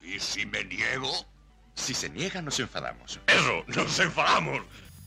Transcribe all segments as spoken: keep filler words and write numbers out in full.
¿Y si me niego? Si se niega, nos enfadamos. ¡Eso! ¡Nos enfadamos!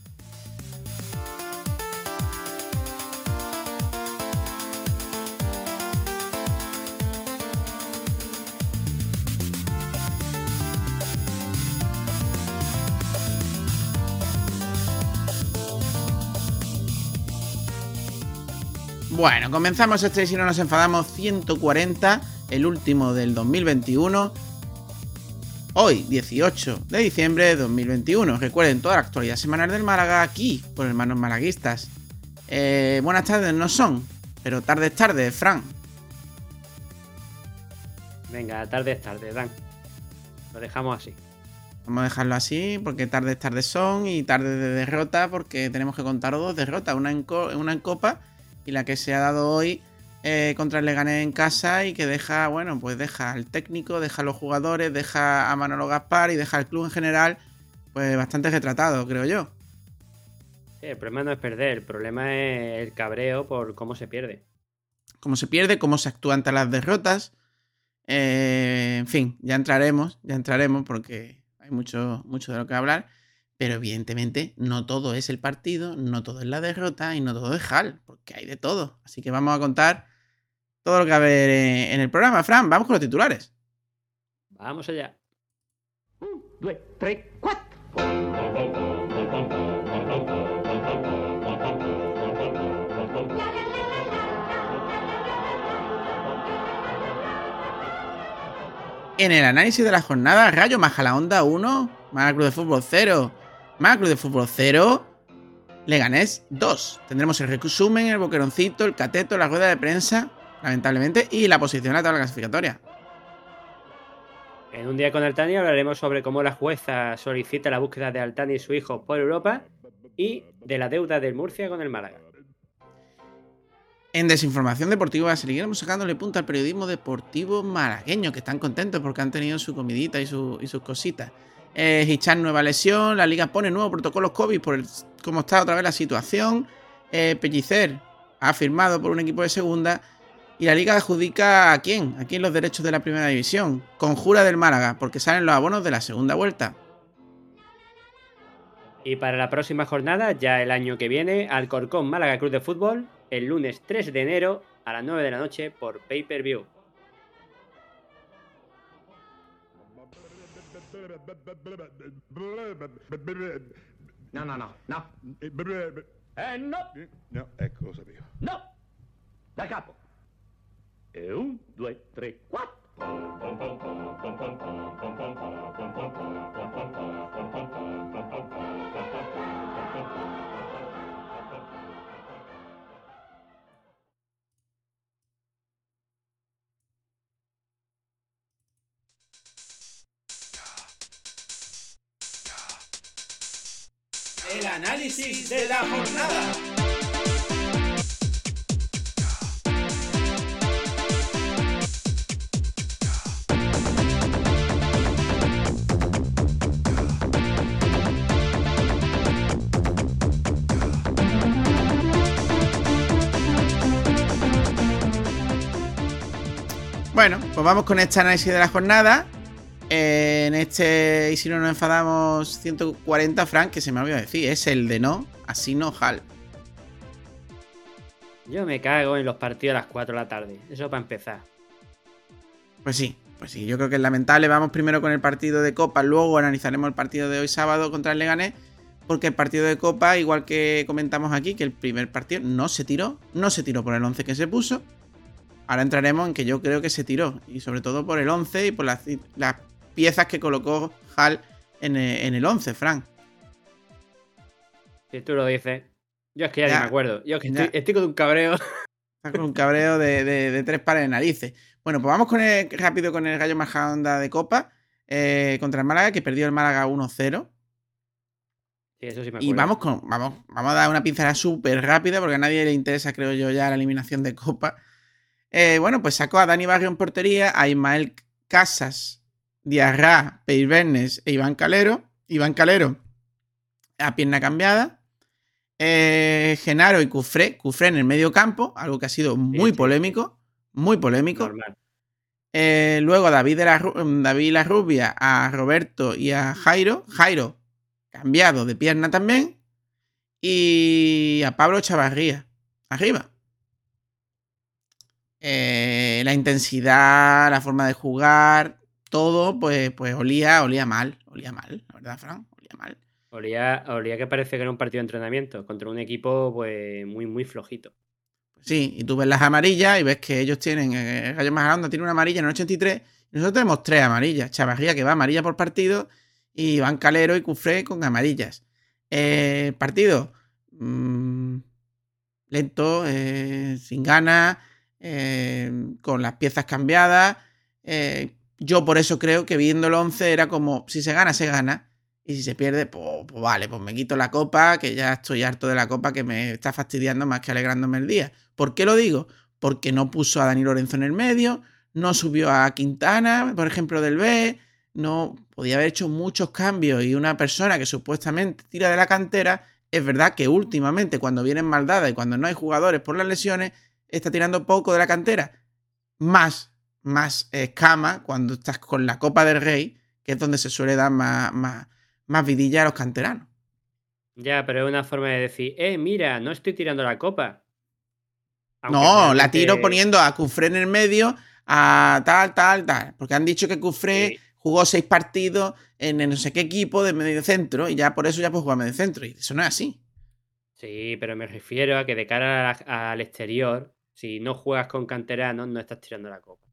Bueno, comenzamos este y si no nos enfadamos ciento cuarenta, el último del dos mil veintiuno. Hoy, dieciocho de diciembre de dos mil veintiuno. Recuerden toda la actualidad semanal del Málaga aquí, por Hermanos Malaguistas. Eh, buenas tardes no son, pero tarde es tarde, Fran. Venga, tarde es tarde, Dan. Lo dejamos así. Vamos a dejarlo así porque tarde es tarde son y tarde de derrota porque tenemos que contar dos derrotas, una en, co una en Copa y la que se ha dado hoy eh, contra el Leganés en casa y que deja, bueno, pues deja al técnico, deja a los jugadores, deja a Manolo Gaspar y deja al club en general, pues bastante retratado, creo yo. Sí, el problema no es perder, el problema es el cabreo por cómo se pierde. Cómo se pierde, cómo se actúa ante las derrotas. Eh, en fin, ya entraremos, ya entraremos porque hay mucho, mucho de lo que hablar. Pero evidentemente no todo es el partido, no todo es la derrota y no todo es Hal, porque hay de todo. Así que vamos a contar todo lo que va a haber en el programa. Fran, vamos con los titulares. Vamos allá. Un, dos, tres, cuatro. En el análisis de la jornada, Rayo Majadahonda uno, Málaga Club de Fútbol cero. Málaga Club de Fútbol cero, Leganés dos. Tendremos el resumen, el boqueroncito, el cateto, la rueda de prensa, lamentablemente, y la posición en la tabla clasificatoria. En un día con Altani hablaremos sobre cómo la jueza solicita la búsqueda de Altani y su hijo por Europa y de la deuda del Murcia con el Málaga. En Desinformación Deportiva seguiremos sacándole punta al periodismo deportivo malagueño, que están contentos porque han tenido su comidita y, su, y sus cositas. Eh, Hichan nueva lesión, la liga pone nuevos protocolos COVID por el, cómo está otra vez la situación. Eh, Pellicer ha firmado por un equipo de segunda y la liga adjudica a quién, a quién los derechos de la primera división. Conjura del Málaga, porque salen los abonos de la segunda vuelta. Y para la próxima jornada, ya el año que viene, Alcorcón Málaga Club de Fútbol, el lunes tres de enero a las nueve de la noche por Pay Per View. No, no, no, no. Eh, no. No, ecco, lo sapevo. No. Da capo. E un, due, tre, quattro. El análisis de la jornada. Bueno, pues vamos con este análisis de la jornada. Eh, en este, y si no nos enfadamos, ciento cuarenta, Frank, que se me olvidó decir, es el de no, así no, Hal. Yo me cago en los partidos a las cuatro de la tarde. Eso para empezar. Pues sí, pues sí, yo creo que es lamentable. Vamos primero con el partido de Copa, luego analizaremos el partido de hoy sábado contra el Leganés, porque el partido de Copa, igual que comentamos aquí, que el primer partido no se tiró, no se tiró por el once que se puso. Ahora entraremos en que yo creo que se tiró, y sobre todo por el once y por las, las piezas que colocó Hal en el, en el once, Frank. Si tú lo dices. Yo es que ya, Ya, ni me acuerdo. Yo es que ya. estoy, estoy con un cabreo. Está con un cabreo de, de, de tres pares de narices. Bueno, pues vamos con el, rápido con el Rayo Majadahonda de Copa eh, contra el Málaga, que perdió el Málaga uno cero. Sí, eso sí me acuerdo. Y vamos, con, vamos, vamos a dar una pincelada súper rápida porque a nadie le interesa, creo yo, ya la eliminación de Copa. Eh, bueno, pues sacó a Dani Barrio en portería, a Ismael Casas, Diarra, Peirbernes e Iván Calero. Iván Calero a pierna cambiada. Eh, Genaro y Cufré. Cufré en el medio campo, algo que ha sido muy Sí, sí, polémico. Muy polémico. Normal. Eh, luego David, de la, David La Rubia, a Roberto y a Jairo. Jairo, cambiado de pierna también. Y a Pablo Chavarría, arriba. Eh, la intensidad, la forma de jugar, todo, pues, pues olía, olía mal. Olía mal, la verdad, Fran, olía mal. Olía, olía que parece que era un partido de entrenamiento contra un equipo pues muy, muy flojito. Sí, y tú ves las amarillas y ves que ellos tienen, eh, Rayo Majadahonda tiene una amarilla en el ochenta y tres y nosotros tenemos tres amarillas. Chavarría, que va amarilla por partido, y Iván Calero y Cufré con amarillas. Eh, partido mmm, lento, eh, sin ganas, eh, con las piezas cambiadas. Eh, yo por eso creo que viendo el once era como, si se gana, se gana. Y si se pierde, pues, pues vale, pues me quito la copa, que ya estoy harto de la copa, que me está fastidiando más que alegrándome el día. ¿Por qué lo digo? Porque no puso a Dani Lorenzo en el medio, no subió a Quintana, por ejemplo, del B, no podía haber hecho muchos cambios, y una persona que supuestamente tira de la cantera, es verdad que últimamente, cuando vienen maldadas y cuando no hay jugadores por las lesiones, está tirando poco de la cantera. Más, más escama cuando estás con la Copa del Rey, que es donde se suele dar más... más más vidilla a los canteranos. Ya, pero es una forma de decir, eh, mira, no estoy tirando la copa. Aunque no, realmente... la tiro poniendo a Cufré en el medio, a tal, tal, tal. Porque han dicho que Cufré sí. jugó seis partidos en no sé qué equipo de medio centro, y ya por eso ya puede jugar medio centro. Y eso no es así. Sí, pero me refiero a que de cara a, al exterior, si no juegas con canteranos, no estás tirando la copa.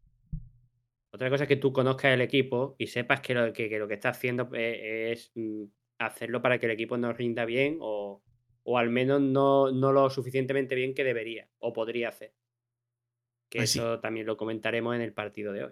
Otra cosa es que tú conozcas el equipo y sepas que lo que, que, lo que está haciendo es, es hacerlo para que el equipo nos rinda bien, o, o al menos no, no lo suficientemente bien que debería o podría hacer. Que pues eso sí. También lo comentaremos en el partido de hoy.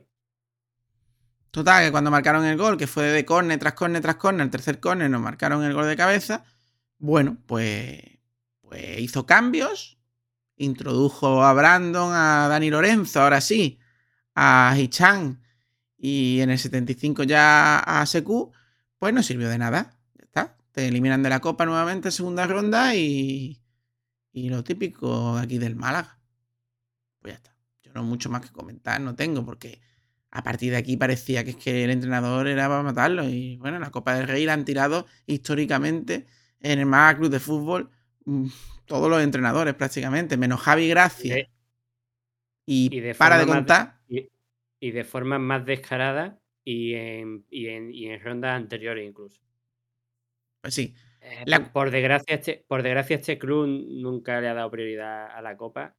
Total, que cuando marcaron el gol, que fue de córner tras córner tras córner, el tercer córner nos marcaron el gol de cabeza, bueno, pues, pues hizo cambios, introdujo a Brandon, a Dani Lorenzo, ahora sí, a Hichan, y en el setenta y cinco ya a Sekou, pues no sirvió de nada. Ya está. Te eliminan de la Copa nuevamente en segunda ronda y, y lo típico aquí del Málaga. Pues ya está. Yo no mucho más que comentar, no tengo, porque a partir de aquí parecía que es que el entrenador era para matarlo. Y bueno, la Copa del Rey la han tirado históricamente en el Málaga Club de Fútbol todos los entrenadores prácticamente, menos Javi Gracia. De, y, y de para de contar... De, y de forma más descarada y en, y en, y en rondas anteriores incluso. Pues sí. Eh, la... por, por, desgracia este, por desgracia este club nunca le ha dado prioridad a la Copa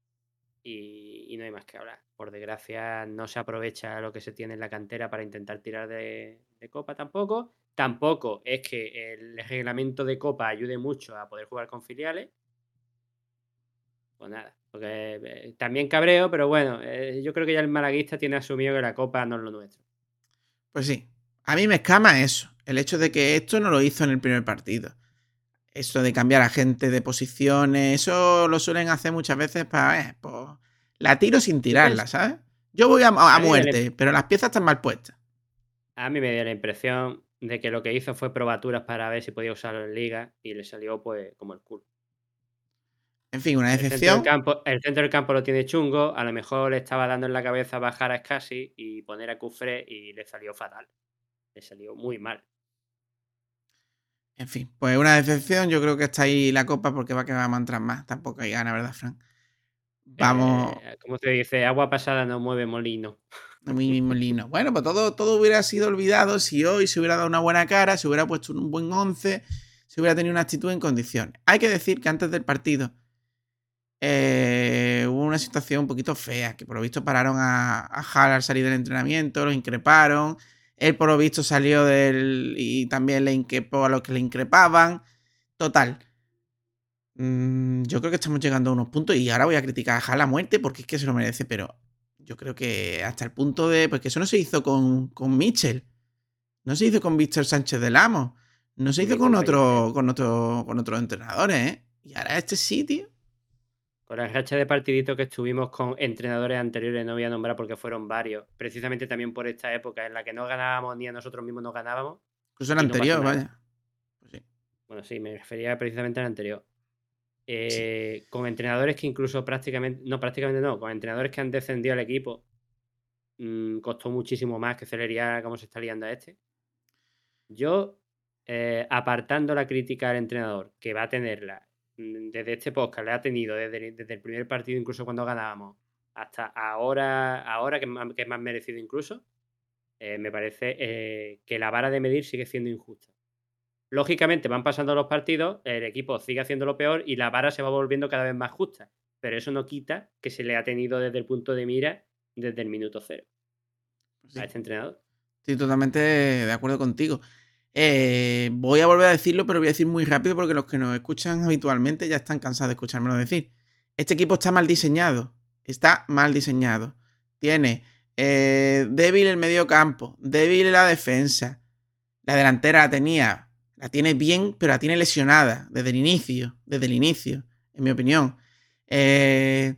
y, y no hay más que hablar. Por desgracia no se aprovecha lo que se tiene en la cantera para intentar tirar de, de Copa tampoco. Tampoco es que el reglamento de Copa ayude mucho a poder jugar con filiales. Pues nada. Porque eh, también cabreo, pero bueno, eh, yo creo que ya el malaguista tiene asumido que la Copa no es lo nuestro. Pues sí, a mí me escama eso, el hecho de que esto no lo hizo en el primer partido. Eso de cambiar a gente de posiciones, eso lo suelen hacer muchas veces para... Eh, pues, la tiro sin tirarla, ¿sabes? Yo voy a, a, a muerte, le... pero las piezas están mal puestas. A mí me dio la impresión de que lo que hizo fue probaturas para ver si podía usarlo en liga y le salió pues como el culo. En fin, una decepción. El centro, del campo, el centro del campo lo tiene chungo. A lo mejor le estaba dando en la cabeza bajar a Scassi y poner a Cufré y le salió fatal. Le salió muy mal. En fin, pues una decepción. Yo creo que está ahí la Copa porque va a quedar a entrar más. Tampoco hay gana, ¿verdad, Fran? Vamos. Eh, como se dice, agua pasada no mueve molino. Muy molino. Bueno, pues todo, todo hubiera sido olvidado si hoy se hubiera dado una buena cara, se hubiera puesto un buen once, se hubiera tenido una actitud en condiciones. Hay que decir que antes del partido Eh, hubo una situación un poquito fea, que por lo visto pararon a, a Hall al salir del entrenamiento, lo increparon, él por lo visto salió del y también le increpó a los que le increpaban. Total, mmm, yo creo que estamos llegando a unos puntos y ahora voy a criticar a Hall a muerte porque es que se lo merece, pero yo creo que hasta el punto de... Porque eso no se hizo con, con Mitchell, no se hizo con Víctor Sánchez del Amo, no se hizo con otro, con otro, con otros entrenadores, ¿eh? Y ahora este sitio... Con la racha de partidito que estuvimos con entrenadores anteriores, no voy a nombrar porque fueron varios, precisamente también por esta época en la que no ganábamos ni a nosotros mismos nos ganábamos. Incluso el anterior, no vaya. Pues sí. Bueno, sí, me refería precisamente al anterior. Eh, sí. Con entrenadores que incluso prácticamente, no, prácticamente no, con entrenadores que han descendido al equipo mmm, costó muchísimo más que Celería como se está liando a este. Yo, eh, apartando la crítica al entrenador, que va a tenerla mm, desde este podcast, la ha tenido desde, desde el primer partido, incluso cuando ganábamos, hasta ahora, ahora que es más, que es más merecido incluso, eh, me parece eh, que la vara de medir sigue siendo injusta. Lógicamente van pasando los partidos, el equipo sigue haciendo lo peor y la vara se va volviendo cada vez más justa. Pero eso no quita que se le ha tenido desde el punto de mira desde el minuto cero Sí. a este entrenador. Estoy totalmente de acuerdo contigo. Eh, voy a volver a decirlo, pero voy a decir muy rápido porque los que nos escuchan habitualmente ya están cansados de escuchármelo decir. Este equipo está mal diseñado. Está mal diseñado. Tiene eh, débil el medio campo, débil la defensa. La delantera la tenía, la tiene bien, pero la tiene lesionada desde el inicio. Desde el inicio, en mi opinión. Eh,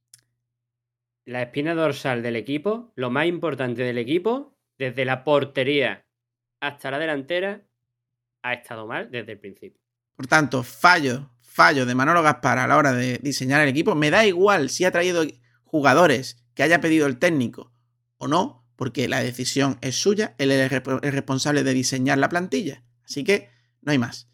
La espina dorsal del equipo, lo más importante del equipo, desde la portería hasta la delantera, ha estado mal desde el principio. Por tanto, fallo, fallo de Manolo Gaspar a la hora de diseñar el equipo. Me da igual si ha traído jugadores que haya pedido el técnico o no, porque la decisión es suya, él es el responsable de diseñar la plantilla. Así que no hay más.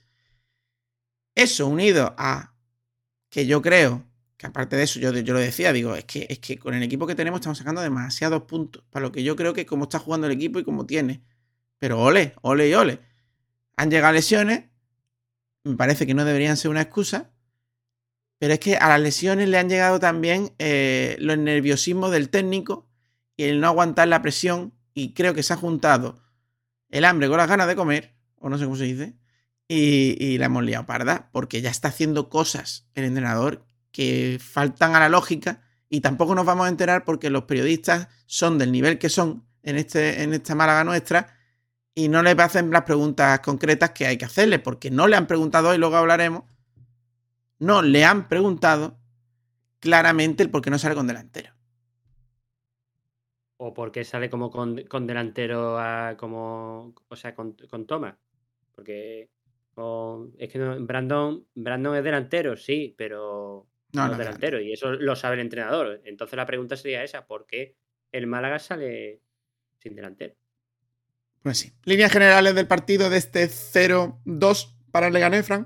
Eso unido a que yo creo que aparte de eso, yo, yo lo decía, digo, es que, es que con el equipo que tenemos estamos sacando demasiados puntos, para lo que yo creo que como está jugando el equipo y como tiene. Pero ole, ole y ole. Han llegado lesiones, me parece que no deberían ser una excusa, pero es que a las lesiones le han llegado también eh, los nerviosismos del técnico y el no aguantar la presión, y creo que se ha juntado el hambre con las ganas de comer, o no sé cómo se dice, y, y la hemos liado parda, porque ya está haciendo cosas el entrenador que faltan a la lógica y tampoco nos vamos a enterar porque los periodistas son del nivel que son en, este, en esta Málaga nuestra y no les hacen las preguntas concretas que hay que hacerle, porque no le han preguntado, y luego hablaremos, no le han preguntado claramente el por qué no sale con delantero. O por qué sale como con, con delantero a, como, o sea, con, con Thomas. Porque con, es que no, Brandon, Brandon es delantero, sí, pero No, no, no es delantero, y eso lo sabe el entrenador. Entonces la pregunta sería esa, ¿por qué el Málaga sale sin delantero? Pues sí. Líneas generales del partido de este cero dos para el Leganés, Fran.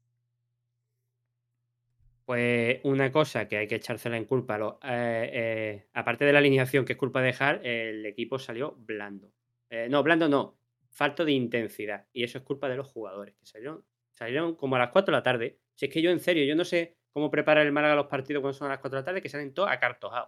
Pues una cosa que hay que echársela en culpa, lo, eh, eh, aparte de la alineación que es culpa de Hart, el equipo salió blando. Eh, no, blando no, falto de intensidad. Y eso es culpa de los jugadores, que salieron, salieron como a las cuatro de la tarde. Si es que yo, en serio, yo no sé cómo prepara el Málaga los partidos cuando son a las cuatro de la tarde, que salen todos acartojados.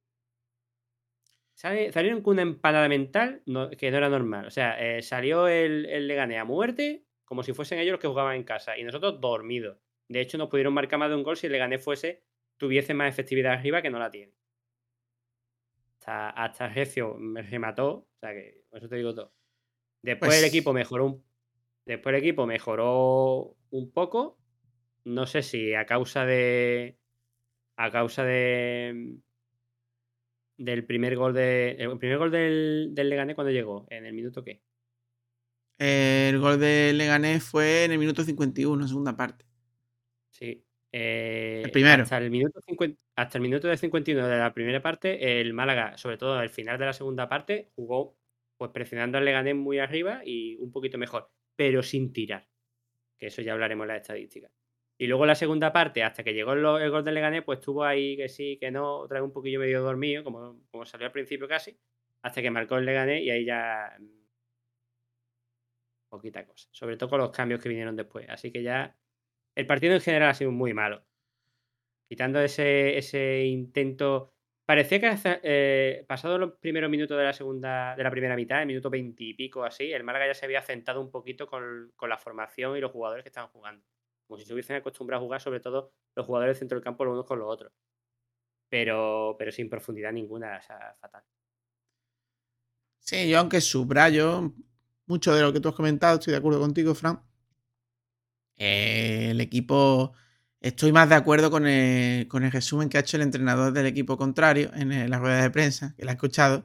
Sale, salieron con una empanada mental no, que no era normal. O sea, eh, salió el, el Leganés a muerte, como si fuesen ellos los que jugaban en casa, y nosotros dormidos. De hecho, nos pudieron marcar más de un gol si el Leganés fuese, tuviese más efectividad arriba, que no la tiene. Hasta, hasta Recio me remató, o sea que eso te digo todo. Después Pues- el equipo mejoró un, después el equipo mejoró un poco. No sé si a causa de. A causa de. Del primer gol de. El primer gol del, del Leganés, ¿cuándo llegó? ¿En el minuto qué? El gol de Leganés fue en el minuto cincuenta y uno, segunda parte. Sí. Eh, El primero. Hasta el, minuto cincuenta, hasta el minuto de cincuenta y uno de la primera parte, el Málaga, sobre todo al final de la segunda parte, jugó pues presionando al Leganés muy arriba y un poquito mejor, pero sin tirar. Que eso ya hablaremos en las estadísticas. Y luego la segunda parte, hasta que llegó el, el gol del Leganés, pues estuvo ahí que sí, que no, otra vez un poquillo medio dormido, como, como salió al principio casi, hasta que marcó el Leganés y ahí ya mm, poquita cosa. Sobre todo con los cambios que vinieron después. Así que ya el partido en general ha sido muy malo. Quitando ese, ese intento. Parecía que hasta, eh, pasados los primeros minutos de la segunda, de la primera mitad, el minuto veinte y pico así, el Málaga ya se había sentado un poquito con, con la formación y los jugadores que estaban jugando. Como si se hubiesen acostumbrado a jugar, sobre todo los jugadores del centro del campo los unos con los otros. Pero, pero sin profundidad ninguna, o sea, fatal. Sí, yo aunque subrayo mucho de lo que tú has comentado, estoy de acuerdo contigo, Fran. Eh, el equipo... Estoy más de acuerdo con el, con el resumen que ha hecho el entrenador del equipo contrario en, el, en la rueda de prensa, que la he escuchado.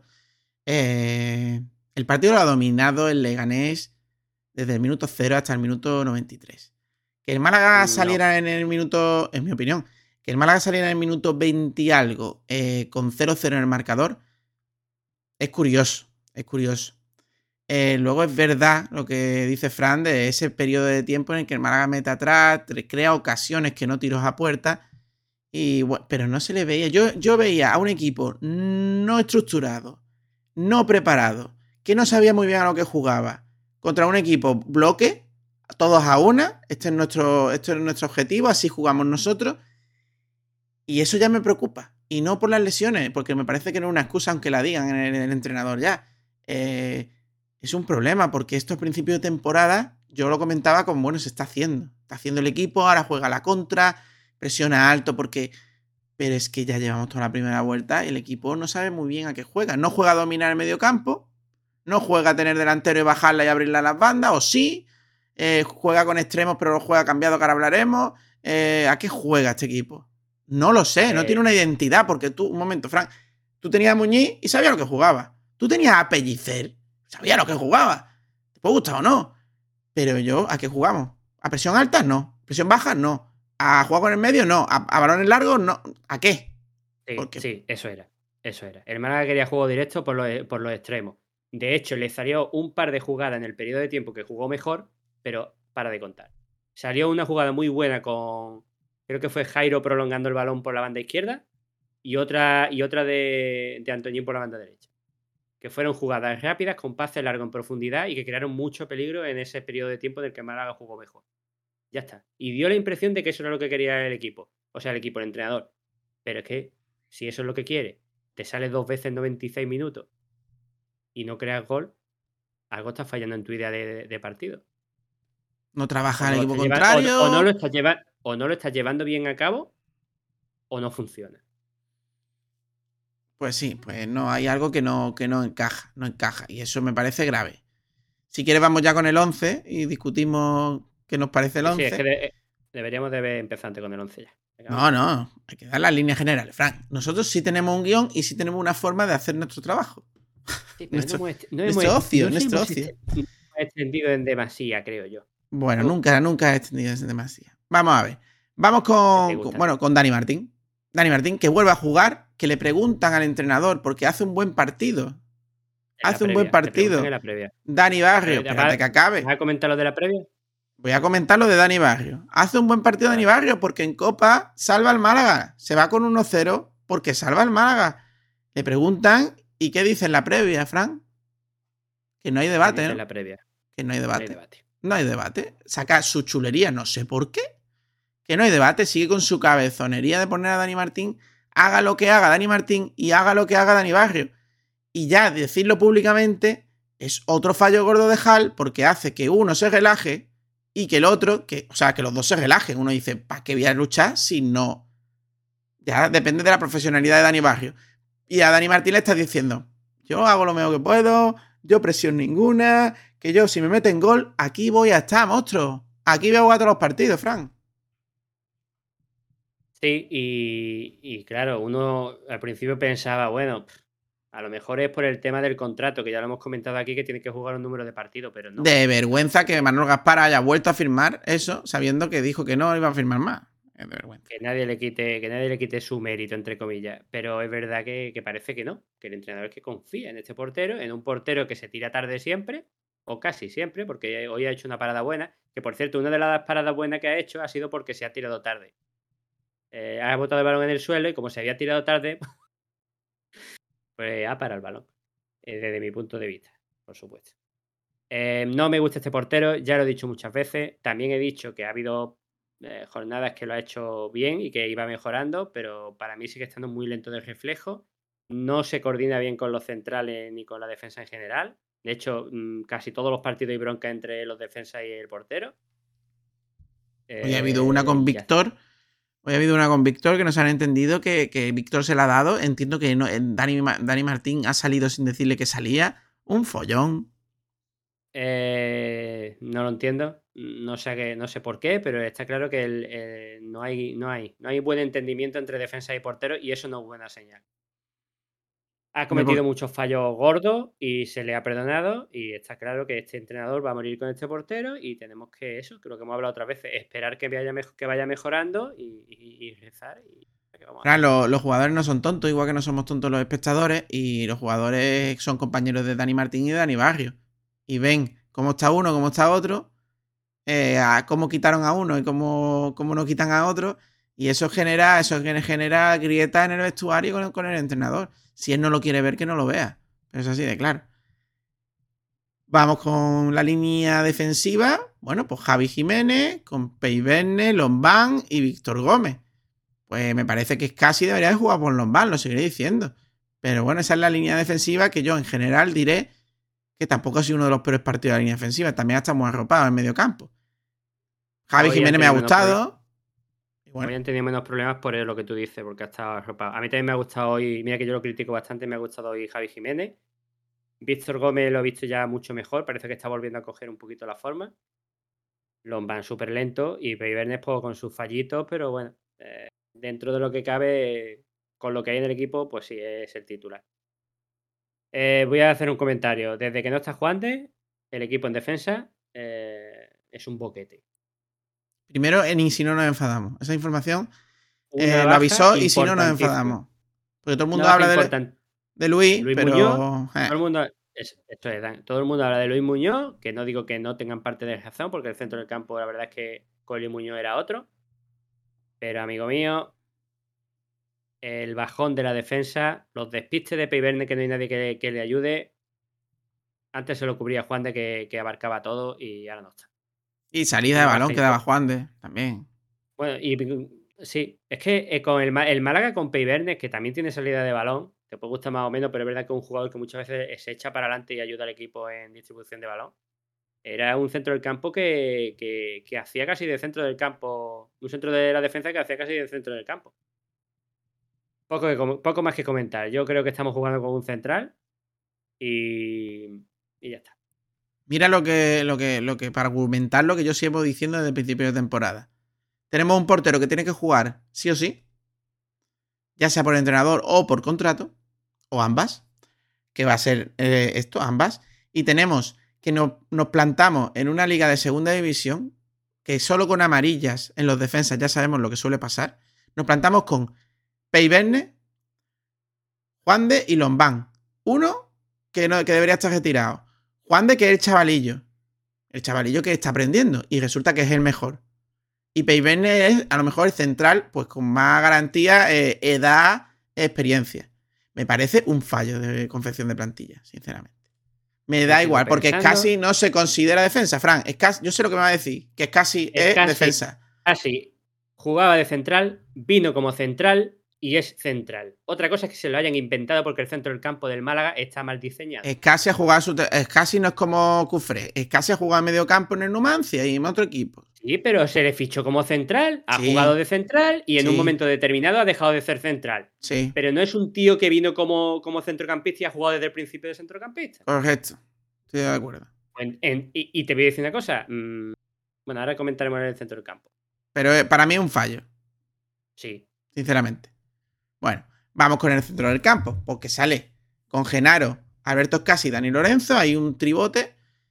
Eh, el partido lo ha dominado el Leganés desde el minuto cero hasta el minuto noventa y tres. Que el Málaga No. saliera en el minuto, en mi opinión, que el Málaga saliera en el minuto veinte y algo eh, con cero cero en el marcador, Es curioso, es curioso. Eh, luego es verdad lo que dice Fran de ese periodo de tiempo en el que el Málaga mete atrás, crea ocasiones que no tiros a puerta, y, bueno, pero no se le veía. Yo, yo veía a un equipo no estructurado, no preparado, que no sabía muy bien a lo que jugaba, contra un equipo bloque, todos a una, este es nuestro, este es nuestro objetivo, así jugamos nosotros, y eso ya me preocupa. Y no por las lesiones, porque me parece que no es una excusa, aunque la digan en el, el entrenador ya. Eh, es un problema, porque esto a principio de temporada, yo lo comentaba como, bueno, se está haciendo. Está haciendo el equipo, ahora juega la contra, presiona alto, porque... Pero es que ya llevamos toda la primera vuelta y el equipo no sabe muy bien a qué juega. No juega a dominar el medio campo, no juega a tener delantero y bajarla y abrirla a las bandas, o sí, eh, juega con extremos, pero lo juega cambiado, que ahora hablaremos. Eh, ¿A qué juega este equipo? No lo sé, no Eh. tiene una identidad, porque tú, un momento, Frank, tú tenías a Muñiz y sabías lo que jugaba. Tú tenías a Pellicer, sabías lo que jugaba. ¿Te puede gustar o no? Pero yo, ¿a qué jugamos? ¿A presión alta? No. ¿Presión baja? No. ¿A jugar con el medio? No. ¿A, a balones largos? No. ¿A qué? Sí, Porque... sí, eso era. Eso era. El Málaga quería juego directo por los, por los extremos. De hecho, le salió un par de jugadas en el periodo de tiempo que jugó mejor, pero para de contar. Salió una jugada muy buena con... Creo que fue Jairo prolongando el balón por la banda izquierda y otra, y otra de, de Antoñín por la banda derecha. Que fueron jugadas rápidas, con pase largo en profundidad y que crearon mucho peligro en ese periodo de tiempo en el que Málaga jugó mejor. Ya está. Y dio la impresión de que eso era lo que quería el equipo. O sea, el equipo, el entrenador. Pero es que, si eso es lo que quiere, te sale dos veces en noventa y seis minutos y no creas gol, algo está fallando en tu idea de, de, de partido. No trabaja O el no lo equipo estás contrario. lleva- o, o no lo estás lleva- o no lo estás llevando bien a cabo, o no funciona. Pues sí, pues no, hay algo que no, que no encaja, no encaja. Y eso me parece grave. Si quieres, vamos ya con el once y discutimos qué nos parece el Sí, once. es que de- deberíamos de ver empezante con el once ya. Venga, No, vamos. no, hay que dar las líneas generales, Frank. Nosotros sí tenemos un guión y sí tenemos una forma de hacer nuestro trabajo. Sí, pero Nuestro- no hemos, no nuestro hemos- ocio, no nuestro hemos ocio. este- no hemos extendido en demasía, creo yo. Bueno, No. nunca, nunca he extendido ese demasiado. Vamos a ver. Vamos Te con, gusta. con- bueno, con Dani Martín. Dani Martín, que vuelve a jugar, que le preguntan al entrenador porque hace un buen partido. En la Hace un previa, buen te preguntan partido. en la previa. Dani Barrio, Pero, espérate que acabe. ¿Vas a comentar lo de la previa? Voy a comentar lo de Dani Barrio. Hace un buen partido Dani Barrio porque en Copa salva al Málaga. Se va con uno cero porque salva al Málaga. Le preguntan, ¿y qué dice en la previa, Fran? Que no hay debate, Dice ¿no? en la previa. Que no hay No debate. hay debate. No hay debate. Saca su chulería, no sé por qué. Que no hay debate. Sigue con su cabezonería de poner a Dani Martín. Haga lo que haga Dani Martín y haga lo que haga Dani Barrio. Y ya decirlo públicamente es otro fallo gordo de Hal porque hace que uno se relaje y que el otro, que, o sea, que los dos se relajen. Uno dice, ¿para qué voy a luchar si no? Ya depende de la profesionalidad de Dani Barrio. Y a Dani Martín le estás diciendo, yo hago lo mejor que puedo, yo presión ninguna, que yo si me meten gol, aquí voy a estar, monstruo. Aquí voy a jugar todos los partidos, Fran. Sí, y, y claro, uno al principio pensaba, bueno, pff, a lo mejor es por el tema del contrato, que ya lo hemos comentado aquí, que tiene que jugar un número de partidos, pero no. De vergüenza que Manuel Gaspar haya vuelto a firmar eso, sabiendo que dijo que no iba a firmar más. Es de vergüenza. Que nadie le quite, que nadie le quite su mérito, entre comillas. Pero es verdad que, que parece que no, que el entrenador es que confía en este portero, en un portero que se tira tarde siempre, o casi siempre, porque hoy ha hecho una parada buena, que por cierto, una de las paradas buenas que ha hecho ha sido porque se ha tirado tarde. Eh, ha botado el balón en el suelo y como se había tirado tarde, pues ha parado el balón. Eh, desde mi punto de vista, por supuesto. Eh, no me gusta este portero, ya lo he dicho muchas veces. También he dicho que ha habido eh, jornadas que lo ha hecho bien y que iba mejorando, pero para mí sigue estando muy lento de reflejo. No se coordina bien con los centrales ni con la defensa en general. De hecho, mmm, casi todos los partidos hay bronca entre los defensas y el portero. Eh, Hoy ha habido una con Víctor. Hoy ha habido una con Víctor que nos han entendido que, que Víctor se la ha dado. Entiendo que no, Dani, Dani Martín ha salido sin decirle que salía. Un follón. Eh, no lo entiendo. No sé, qué, no sé por qué, pero está claro que el, eh, no, hay, no, hay, no hay buen entendimiento entre defensa y portero y eso no es buena señal. Ha cometido Me... muchos fallos gordos y se le ha perdonado y está claro que este entrenador va a morir con este portero y tenemos que, eso, creo que hemos hablado otras veces, esperar que vaya, que vaya mejorando y, y, y rezar y Claro, los, los jugadores no son tontos, igual que no somos tontos los espectadores, y los jugadores son compañeros de Dani Martín y de Dani Barrio. Y ven cómo está uno, cómo está otro, eh, a cómo quitaron a uno y cómo, cómo no quitan a otro. Y eso genera, eso genera grieta en el vestuario con el, con el entrenador. Si él no lo quiere ver, que no lo vea. Pero es así de claro. Vamos con la línea defensiva. Bueno, pues Javi Jiménez, con Peiverne, Lombán y Víctor Gómez. Pues me parece que casi debería de jugar por Lombán, lo seguiré diciendo. Pero bueno, esa es la línea defensiva que yo en general diré que tampoco ha sido uno de los peores partidos de la línea defensiva. También estamos arropados en medio campo. Javi Hoy Jiménez me ha gustado. Bueno. Hoy han tenido menos problemas por lo que tú dices, porque ha estado arropado. A mí también me ha gustado hoy, mira que yo lo critico bastante, me ha gustado hoy Javi Jiménez. Víctor Gómez lo he visto ya mucho mejor, parece que está volviendo a coger un poquito la forma. Lombán súper lento y Peiverne pues, con sus fallitos, pero bueno, eh, dentro de lo que cabe, con lo que hay en el equipo, pues sí, es el titular. Eh, voy a hacer un comentario. Desde que no está Juande, el equipo en defensa eh, es un boquete. Primero, en y si no nos enfadamos. Esa información eh, lo avisó y si no nos enfadamos. Porque todo el mundo habla de, de Luis, Luis pero... Muñoz, eh. todo, el mundo, es, esto es, Dan, todo el mundo habla de Luis Muñoz, que no digo que no tengan parte de razón, porque el centro del campo la verdad es que con Luis Muñoz era otro. Pero, amigo mío, el bajón de la defensa, los despistes de Peiverne, que no hay nadie que, que le ayude. Antes se lo cubría Juan de que, que abarcaba todo y ahora no está. Y salida de balón que daba Juan de también. Bueno, y sí, es que con el, el Málaga con Peiverne, que también tiene salida de balón, te puede gustar más o menos, pero es verdad que es un jugador que muchas veces se echa para adelante y ayuda al equipo en distribución de balón. Era un centro del campo que, que, que hacía casi de centro del campo, un centro de la defensa que hacía casi de centro del campo. Poco, que, poco más que comentar. Yo creo que estamos jugando con un central y, y ya está. Mira lo que, lo que, lo que, para argumentar lo que yo sigo diciendo desde el principio de temporada. Tenemos un portero que tiene que jugar sí o sí, ya sea por entrenador o por contrato, o ambas, que va a ser eh, esto, ambas. Y tenemos que nos, nos plantamos en una liga de segunda división, que solo con amarillas en los defensas ya sabemos lo que suele pasar. Nos plantamos con Peiverne, Juande y Lombán. Uno que, no, que debería estar retirado. Juande, que es el chavalillo. El chavalillo que está aprendiendo. Y resulta que es el mejor. Y Peiverne es a lo mejor el central, pues con más garantía, eh, edad, experiencia. Me parece un fallo de confección de plantilla, sinceramente. Me da igual, porque es casi no se considera defensa, Fran. Es casi, yo sé lo que me va a decir, que es casi es, es casi, defensa. Así, jugaba de central, vino como central y es central. Otra cosa es que se lo hayan inventado porque el centro del campo del Málaga está mal diseñado. Es casi a jugar su es casi no es como Cufré, es casi a jugar medio campo en el Numancia y en otro equipo. Sí, pero se le fichó como central, ha sí. jugado de central y en sí. un momento determinado ha dejado de ser central. Sí. Pero no es un tío que vino como, como centrocampista y ha jugado desde el principio de centrocampista. Correcto. Estoy de acuerdo. En, en, y, y te voy a decir una cosa. Mmm, bueno, ahora comentaremos en el centro del campo. Pero eh, para mí es un fallo. Sí. Sinceramente. Bueno, vamos con el centro del campo, porque sale con Genaro, Alberto Escasi y Dani Lorenzo. Hay un tribote.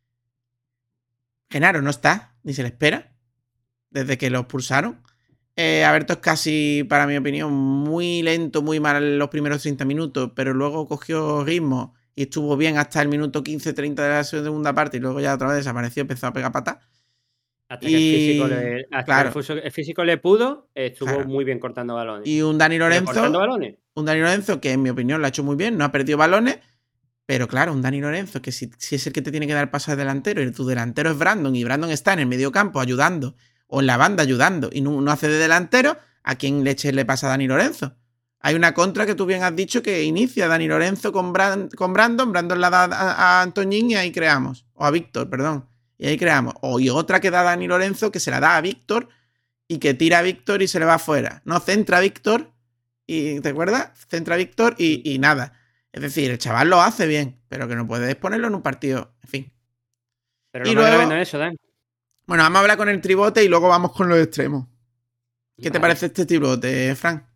Genaro no está, ni se le espera, desde que lo expulsaron. Eh, Alberto Escasi, para mi opinión, muy lento, muy mal en los primeros treinta minutos, pero luego cogió ritmo y estuvo bien hasta el minuto quince treinta de la segunda parte y luego ya otra vez desapareció, empezó a pegar patas. Hasta, y, que, el físico, le, hasta claro. que el, físico, el físico le pudo, estuvo claro. muy bien cortando balones. Y un Dani Lorenzo. ¿Cortando balones? Un Dani Lorenzo que, en mi opinión, lo ha hecho muy bien, no ha perdido balones. Pero claro, un Dani Lorenzo que si, si es el que te tiene que dar paso de delantero y tu delantero es Brandon y Brandon está en el medio campo ayudando o en la banda ayudando y no, no hace de delantero, ¿a quién leche le pasa a Dani Lorenzo? Hay una contra que tú bien has dicho que inicia Dani Lorenzo con, Brand, con Brandon, Brandon la da a, a Antoñín y ahí creamos. O a Víctor, perdón. Y ahí creamos. O y otra que da a Dani Lorenzo que se la da a Víctor y que tira a Víctor y se le va afuera. No, centra a Víctor y, ¿te acuerdas? Centra a Víctor y, y nada. Es decir, el chaval lo hace bien, pero que no puedes ponerlo en un partido. En fin. Pero y lo luego, no es eso, Dan. Bueno, vamos a hablar con el tribote y luego vamos con los extremos. ¿Qué vale. te parece este tribote, Fran?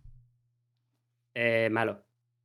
Eh, malo.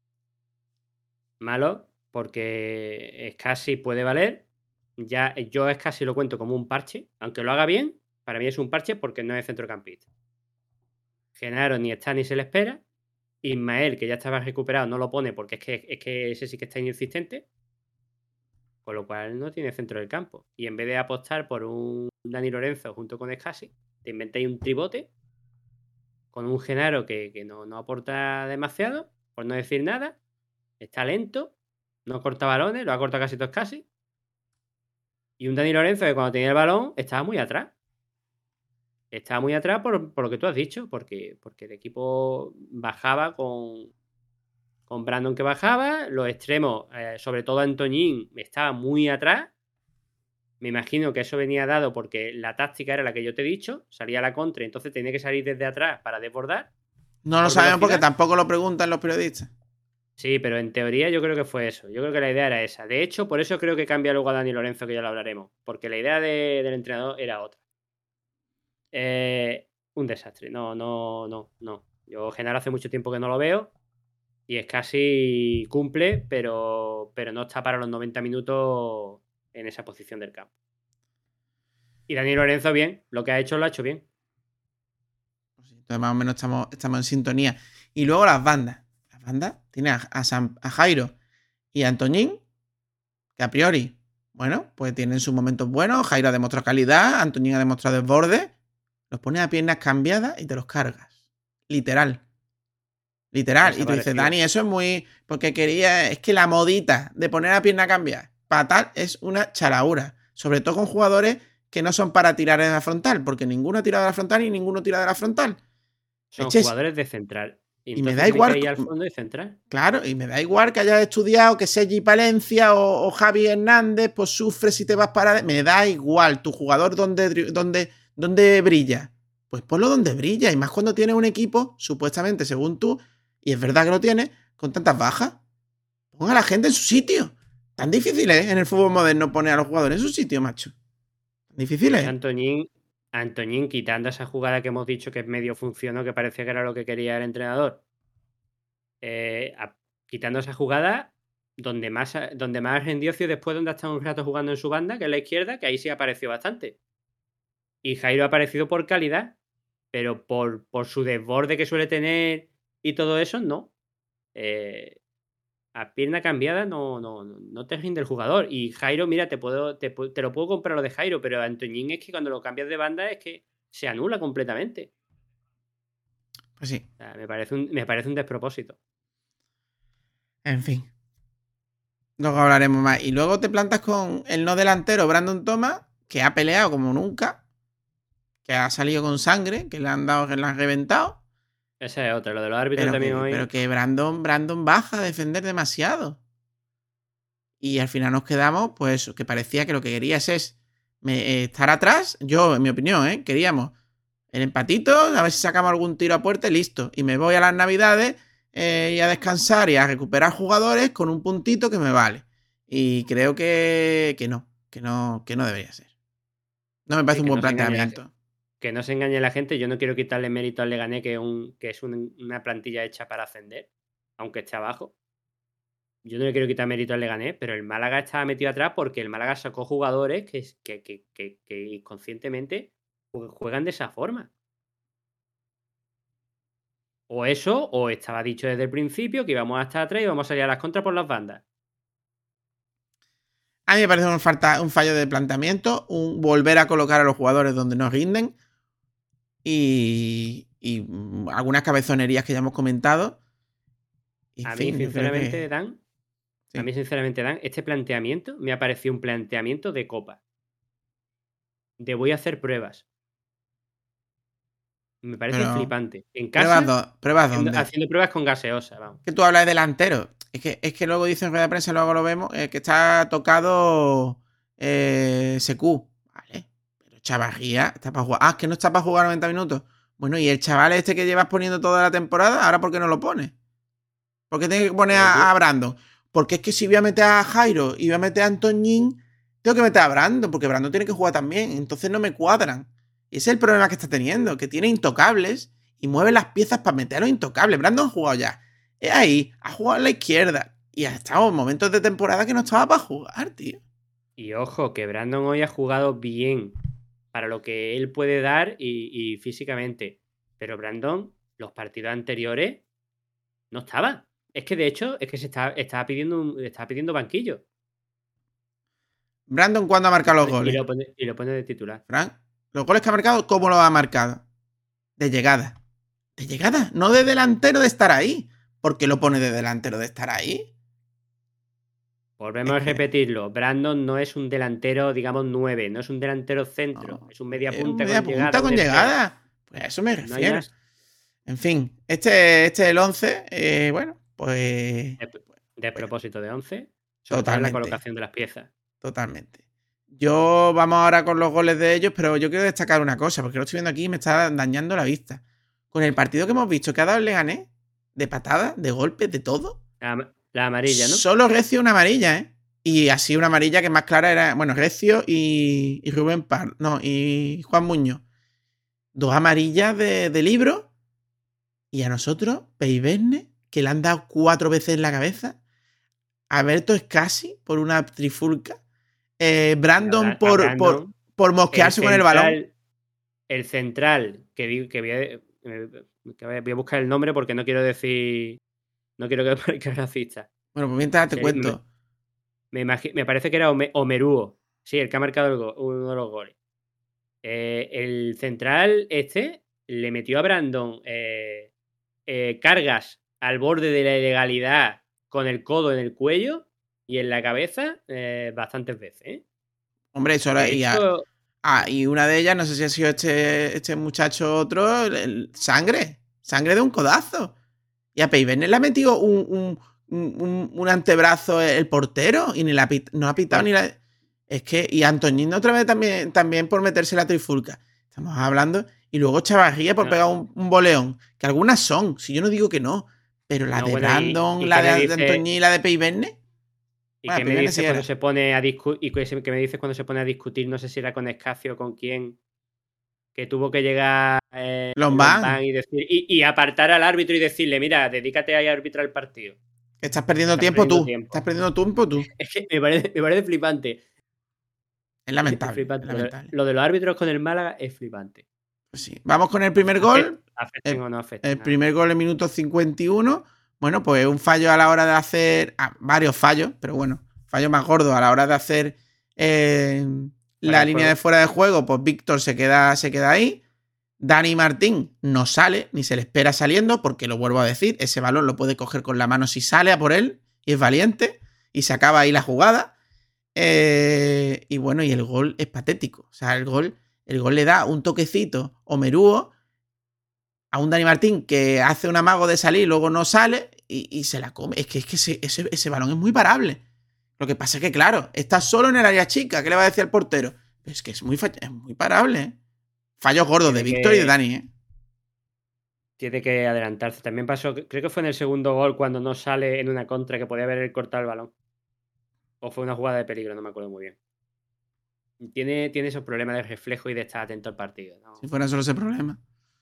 Malo, porque Escasi puede valer. Ya, yo Escasi lo cuento como un parche. Aunque lo haga bien, para mí es un parche porque no es centrocampista. Genaro ni está ni se le espera. Ismael, que ya estaba recuperado, no lo pone porque es que, es que ese sí que está inconsistente. Con lo cual no tiene centro del campo. Y en vez de apostar por un Dani Lorenzo junto con Escasi, te inventáis un tribote con un Genaro que, que no, no aporta demasiado, por no decir nada. Está lento, no corta balones, lo ha cortado casi todo Escasi. Y un Dani Lorenzo que cuando tenía el balón estaba muy atrás. Estaba muy atrás por, por lo que tú has dicho, porque, porque el equipo bajaba con, con Brandon que bajaba, los extremos, eh, sobre todo Antoñín, estaba muy atrás. Me imagino que eso venía dado porque la táctica era la que yo te he dicho, salía a la contra, entonces tenía que salir desde atrás para desbordar. No lo sabemos porque tampoco lo preguntan los periodistas. Sí, pero en teoría yo creo que fue eso. Yo creo que la idea era esa. De hecho, por eso creo que cambia luego a Dani Lorenzo, que ya lo hablaremos. Porque la idea de, del entrenador era otra. Eh, un desastre. No, no, no, no. Yo Genaro hace mucho tiempo que no lo veo. Y es casi cumple, pero, pero no está para los noventa minutos en esa posición del campo. Y Dani Lorenzo, bien. Lo que ha hecho, lo ha hecho bien. Entonces, más o menos estamos, estamos en sintonía. Y luego las bandas. Las bandas tienen a, a, San, a Jairo y a Antoñín, que a priori, bueno, pues tienen sus momentos buenos. Jairo ha demostrado calidad, Antoñín ha demostrado desborde. Los pones a piernas cambiadas y te los cargas. Literal. Literal. Y tú dices, Dani, eso es muy... Porque quería... Es que la modita de poner a pierna cambiada para tal es una chalaura. Sobre todo con jugadores que no son para tirar en la frontal, porque ninguno ha tirado de la frontal y ninguno tira de la frontal. Son Eches. jugadores de central. Y, y me da igual... Que al fondo de central. Claro, y me da igual que hayas estudiado que Sergi Palencia o, o Javi Hernández, pues sufre si te vas para... Me da igual. Tu jugador donde, donde, donde brilla. Pues ponlo donde brilla. Y más cuando tienes un equipo, supuestamente, según tú, y es verdad que lo tienes, con tantas bajas. Ponga a la gente en su sitio. Tan difícil es, ¿eh? En el fútbol moderno poner a los jugadores en su sitio, macho. Tan difícil es. Antoñín, Antoñín, quitando esa jugada que hemos dicho que es medio funcionó, que parecía que era lo que quería el entrenador. Eh, a, quitando esa jugada, donde más, donde más rendió después, donde ha estado un rato jugando en su banda, que es la izquierda, que ahí sí apareció bastante. Y Jairo ha aparecido por calidad, pero por, por su desborde que suele tener y todo eso, no. Eh, a pierna cambiada no, no, no te rinde el jugador. Y Jairo, mira, te puedo te, te lo puedo comprar lo de Jairo, pero Antoñín es que cuando lo cambias de banda es que se anula completamente. Pues sí. O sea, me parece un, me parece un despropósito. En fin. Luego hablaremos más. Y luego te plantas con el no delantero Brandon Thomas, que ha peleado como nunca, que ha salido con sangre, que le han dado, que le han reventado. Esa es otra, lo de los árbitros pero también que, hoy. Pero que Brandon, Brandon baja a defender demasiado. Y al final nos quedamos, pues, que parecía que lo que querías es me, eh, estar atrás. Yo, en mi opinión, ¿eh? Queríamos el empatito, a ver si sacamos algún tiro a puerta y listo. Y me voy a las navidades eh, y a descansar y a recuperar jugadores con un puntito que me vale. Y creo que, que no, que no, que no debería ser. No me parece sí, un buen no planteamiento. Que no se engañe la gente, yo no quiero quitarle mérito al Leganés, que es, un, que es un, una plantilla hecha para ascender, aunque esté abajo. Yo no le quiero quitar mérito al Leganés, pero el Málaga estaba metido atrás porque el Málaga sacó jugadores que, que, que, que, que inconscientemente juegan de esa forma. O eso, o estaba dicho desde el principio que íbamos a estar atrás y íbamos a salir a las contras por las bandas. A mí me parece un, falta, un fallo de planteamiento, un volver a colocar a los jugadores donde nos rinden y, y algunas cabezonerías que ya hemos comentado. Y a fin, mí, sinceramente, que... Dan, sí. a mí, sinceramente, Dan, este planteamiento me ha parecido un planteamiento de copa. De voy a hacer pruebas. Me parece Pero, flipante. En casa, ¿Pruebas, do, ¿pruebas haciendo, dónde? haciendo pruebas con gaseosa, vamos. Que tú hablas de delantero. Es que, es que luego dicen en rueda de prensa, luego lo vemos, eh, que está tocado eh, S Q. Vale. Pero Chavarría está para jugar. Ah, es que no está para jugar noventa minutos. Bueno, y el chaval este que llevas poniendo toda la temporada, ¿ahora por qué no lo pones? ¿Por qué tienes que poner a, a Brandon? Porque es que si voy a meter a Jairo y voy a meter a Antoñín, tengo que meter a Brandon, porque Brandon tiene que jugar también. Entonces no me cuadran. Y ese es el problema que está teniendo, que tiene intocables y mueve las piezas para meter a los intocables. Brandon ha jugado ya. Es ahí, ha jugado en la izquierda. Y ha estado en momentos de temporada que no estaba para jugar, tío. Y ojo, que Brandon hoy ha jugado bien para lo que él puede dar y, y físicamente. Pero Brandon, los partidos anteriores, No estaba. Es que de hecho, es que se está, estaba pidiendo un, estaba pidiendo banquillo. Brandon, ¿cuándo ha marcado los Y goles? lo pone, y lo pone de titular. Frank, los goles que ha marcado, ¿cómo los ha marcado? De llegada. De llegada, no de delantero de estar ahí. ¿Por qué lo pone de delantero de estar ahí? Volvemos Es a que- repetirlo. Brandon no es un delantero, digamos, nueve. No es un delantero centro. No, es un media es punta un media con punta llegada. con un extremo. llegada. Pues a eso me No hay refiero. más. En fin, este, este es el once. Eh, bueno, pues De, de propósito de once. Sobre todo en la Totalmente. colocación de las piezas. totalmente. Yo vamos ahora con los goles de ellos, pero yo quiero destacar una cosa, porque lo estoy viendo aquí y me está dañando la vista. Con el partido que hemos visto que ha dado el Leganés, de patadas, de golpes, de todo, La, la amarilla, ¿no? solo Recio una amarilla, ¿eh? Y así una amarilla que más clara era, bueno, Recio y, y Rubén Par, no, y Juan Muñoz. Dos amarillas de, de libro. Y a nosotros, Peiverne, que le han dado cuatro veces en la cabeza. Alberto Escasi por una trifulca. Eh, Brandon, A- a por, Brandon, por, por mosquearse con el balón. central- El central, que, digo, que, voy a, eh, que voy a buscar el nombre porque no quiero decir. No quiero que parezca racista. Bueno, pues mientras te Sí, cuento. Me, imagi- me parece que era Ome- Omerúo. Sí, el que ha marcado el go- uno de los goles. Eh, el central este le metió a Brandon eh, eh, cargas al borde de la ilegalidad con el codo en el cuello y en la cabeza eh, bastantes veces. ¿eh? Hombre, eso era. De Y, a- hecho, ah, y una de ellas, no sé si ha sido este, este muchacho otro, el- el- sangre. Sangre de un codazo. Y a Peiverne le ha metido un, un, un, un- un antebrazo el portero y ni la, pit- no ha pitado Bueno. ni la. Es que. Y Antoñín otra vez también, también por meterse la trifulca. Estamos hablando. Y luego Chavarría por No. pegar un, un boleón. Que algunas son, si yo no digo que no. Pero la No, de bueno, y- Brandon, y la qué de, me de dice- Antoñín y la de Peiverne. ¿y Bueno, qué me Peiverne dices sí cuando era. se pone a discutir? ¿Y qué qué me dices cuando se pone a discutir? No sé si era con Escacio o con quién. Que tuvo que llegar eh, Lombán. Lombán y, decir, y, y apartar al árbitro y decirle: mira, dedícate a arbitrar el partido. Que estás perdiendo Estás tiempo perdiendo tú. tiempo. Estás perdiendo tiempo tú. Es que me parece, me parece flipante. Es lamentable. Es flipante. es Lo de- lamentable. Lo de los árbitros con el Málaga es flipante. Pues sí. Vamos con el primer gol. Afecten el- o no afecten. El nada. primer gol en minuto cincuenta y uno. Bueno, pues un fallo a la hora de hacer. Ah, varios fallos, pero bueno, fallo más gordo a la hora de hacer eh, la de línea juego. de fuera de juego. Pues Víctor se queda, se queda ahí. Dani Martín no sale, ni se le espera saliendo, porque lo vuelvo a decir, ese balón lo puede coger con la mano si sale a por él, y es valiente, y se acaba ahí la jugada. Eh, y bueno, y el gol es patético. O sea, el gol, el gol le da un toquecito Omerúo a un Dani Martín que hace un amago de salir, luego no sale y, y se la come. Es que, es que ese, ese, ese balón es muy parable. Lo que pasa es que, claro, está solo en el área chica. ¿Qué le va a decir al portero? Pero es que es muy, fa- es muy parable. ¿eh? Fallos gordos de Tiene Víctor y de que- Dani. ¿eh? Tiene que adelantarse. También pasó, creo que fue en el segundo gol cuando no sale en una contra que podía haber cortado el balón. O fue una jugada de peligro, no me acuerdo muy bien. Tiene, tiene esos problemas de reflejo y de estar atento al partido. ¿no? Si fuera solo ese problema.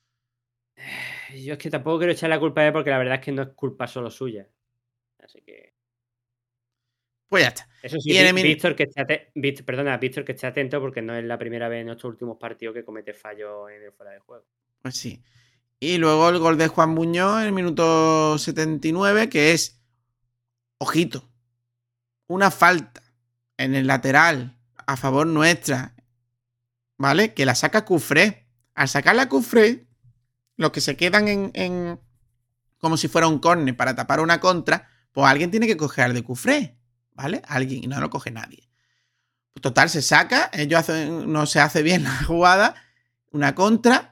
Yo es que tampoco quiero echar la culpa a él porque la verdad es que no es culpa solo suya. Así que. Pues ya está. Eso sí, Y en el Ví- min- Víctor, que esté ate- Víctor- perdona, Víctor, que esté atento porque no es la primera vez en estos últimos partidos que comete fallos en el fuera de juego. Pues sí. Y luego el gol de Juan Muñoz en el minuto setenta y nueve, que es, ojito, una falta en el lateral a favor nuestra, ¿vale? Que la saca Cufré. Al sacar la Cufré, los que se quedan en, en como si fuera un córner para tapar una contra, pues alguien tiene que coger al de Cufré, ¿vale? Alguien, y no lo coge nadie. Pues total, se saca, ellos hacen, no se hace bien la jugada, una contra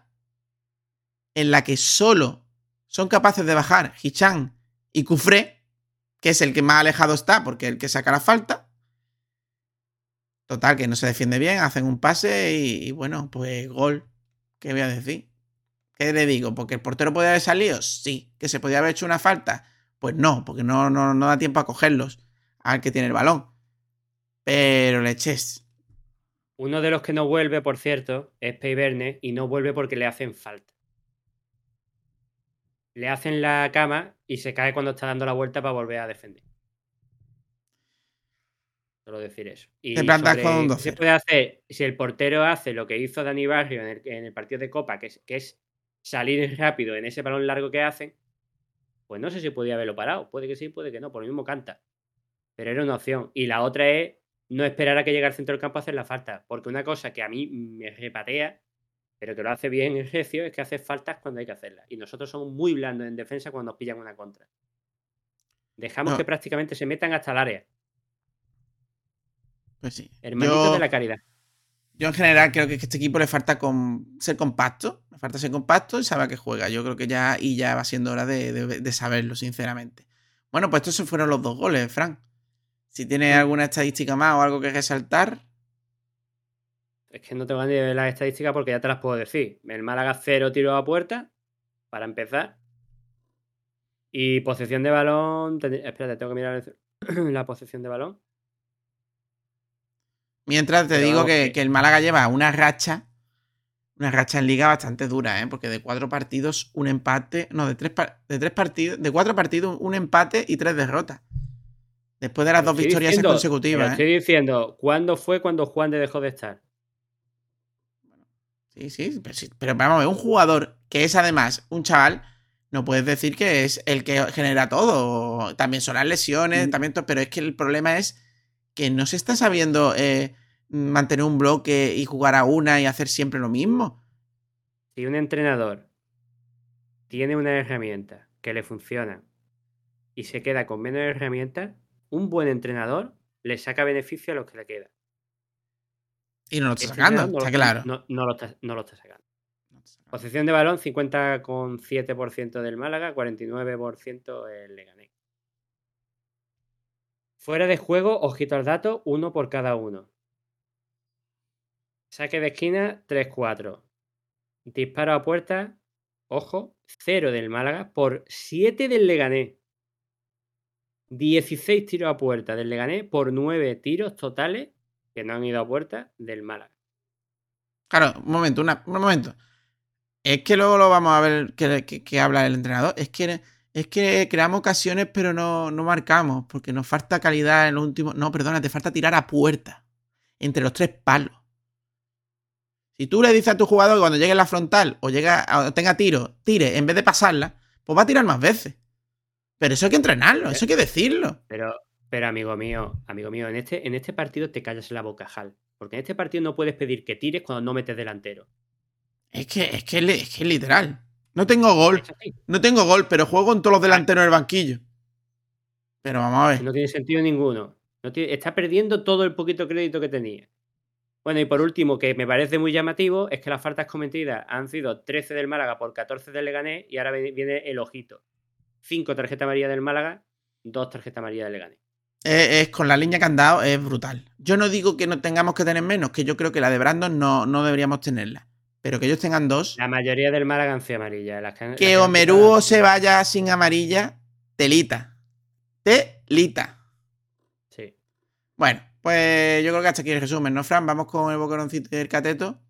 en la que solo son capaces de bajar Hichan y Cufré, que es el que más alejado está porque es el que saca la falta. Total, que no se defiende bien, hacen un pase y, y bueno, pues gol. ¿Qué voy a decir? ¿Qué le digo? ¿Porque el portero podía haber salido? Sí. ¿Que se podía haber hecho una falta? Pues no, porque no, no, no da tiempo a cogerlos al que tiene el balón. Pero leches. Uno de los que no vuelve, por cierto, es Peiverne y no vuelve porque le hacen falta. Le hacen la cama y se cae cuando está dando la vuelta para volver a defender. Solo decir eso. Y Te plantas sobre con un qué dos se cero. puede hacer si el portero hace lo que hizo Dani Barrio en el, en el partido de Copa, que es, que es salir rápido en ese balón largo que hacen, Pues no sé si podía haberlo parado. Puede que sí, puede que no. Por lo mismo canta. Pero era una opción. Y la otra es no esperar a que llegue al centro del campo a hacer la falta. Porque una cosa que a mí me repatea, pero que lo hace bien el Recio, es que hace faltas cuando hay que hacerlas. Y nosotros somos muy blandos en defensa cuando nos pillan una contra. Dejamos No. que prácticamente se metan hasta el área. Pues sí. Hermanitos Yo, de la caridad. yo en general creo que a este equipo le falta con, ser compacto. Le falta ser compacto y saber a qué juega. Yo creo que ya, y ya va siendo hora de, de- de saberlo, sinceramente. Bueno, pues estos fueron los dos goles, Frank. Si tienes Mm. alguna estadística más o algo que resaltar. Es que no tengo ni de las estadísticas porque ya te las puedo decir. El Málaga cero tiro a puerta, para empezar. Y posesión de balón. ten- Espérate, tengo que mirar el- la posesión de balón. Mientras te Pero digo vamos, que, que- que el Málaga lleva una racha, una racha en liga bastante dura, ¿eh? Porque de cuatro partidos, un empate, no, de tres, par- de tres partidos, de cuatro partidos, un empate y tres derrotas. Después de las Pero dos estoy victorias diciendo- consecutivas, pero ¿eh? estoy diciendo, ¿cuándo fue cuando Juan de dejó de estar? Sí, sí, pero, sí, pero vamos a ver, un jugador que es además un chaval, no puedes decir que es el que genera todo. También son las lesiones, Mm. también to- pero es que el problema es que no se está sabiendo eh, mantener un bloque y jugar a una y hacer siempre lo mismo. Si un entrenador tiene una herramienta que le funciona y se queda con menos herramientas, un buen entrenador le saca beneficio a los que le queda. Y no lo está Este sacando, entrenador no está lo claro. No, no lo está, no lo está sacando. Posesión de balón, cincuenta coma siete por ciento del Málaga, cuarenta y nueve por ciento el Leganés. Fuera de juego, ojito al dato, uno por cada uno. Saque de esquina, tres cuatro. Disparo a puerta, ojo, cero del Málaga por siete del Leganés. dieciséis tiros a puerta del Leganés por nueve tiros totales que no han ido a puerta del Málaga. Claro, un momento, una- un momento. Es que luego lo vamos a ver que, que- que habla el entrenador. Es que, es que creamos ocasiones, pero no, no marcamos, porque nos falta calidad en los últimos. No, perdona, te falta tirar a puerta. Entre los tres palos. Si tú le dices a tu jugador que cuando llegue a la frontal o, llega, o tenga tiro, tire en vez de pasarla, pues va a tirar más veces. Pero eso hay que entrenarlo, eso hay que decirlo. Pero, pero amigo mío, amigo mío, en este, en este partido te callas la boca, Jal. Porque en este partido no puedes pedir que tires cuando no metes delantero. Es que es, que, es que es literal. No tengo gol. Es así. No tengo gol, pero juego con todos los delanteros en el banquillo. Pero vamos a ver. No tiene sentido ninguno. No tiene- está perdiendo todo el poquito crédito que tenía. Bueno, y por último, que me parece muy llamativo, es que las faltas cometidas han sido trece del Málaga por catorce del Leganés y ahora viene- viene el ojito. cinco tarjetas amarillas del Málaga, dos tarjetas amarillas del Leganés. Es, es con la línea que han dado, es brutal. Yo no digo que no tengamos que tener menos, que yo creo que la de Brandon no, no deberíamos tenerla. Pero que ellos tengan dos. La mayoría del Málaga han sido amarillas. Las que, han- las Que han Omerúo quitado- se vaya sin amarilla, telita. Telita. Sí. Bueno, pues yo creo que hasta aquí el resumen, ¿no, Fran? Vamos con el boqueroncito y el cateto.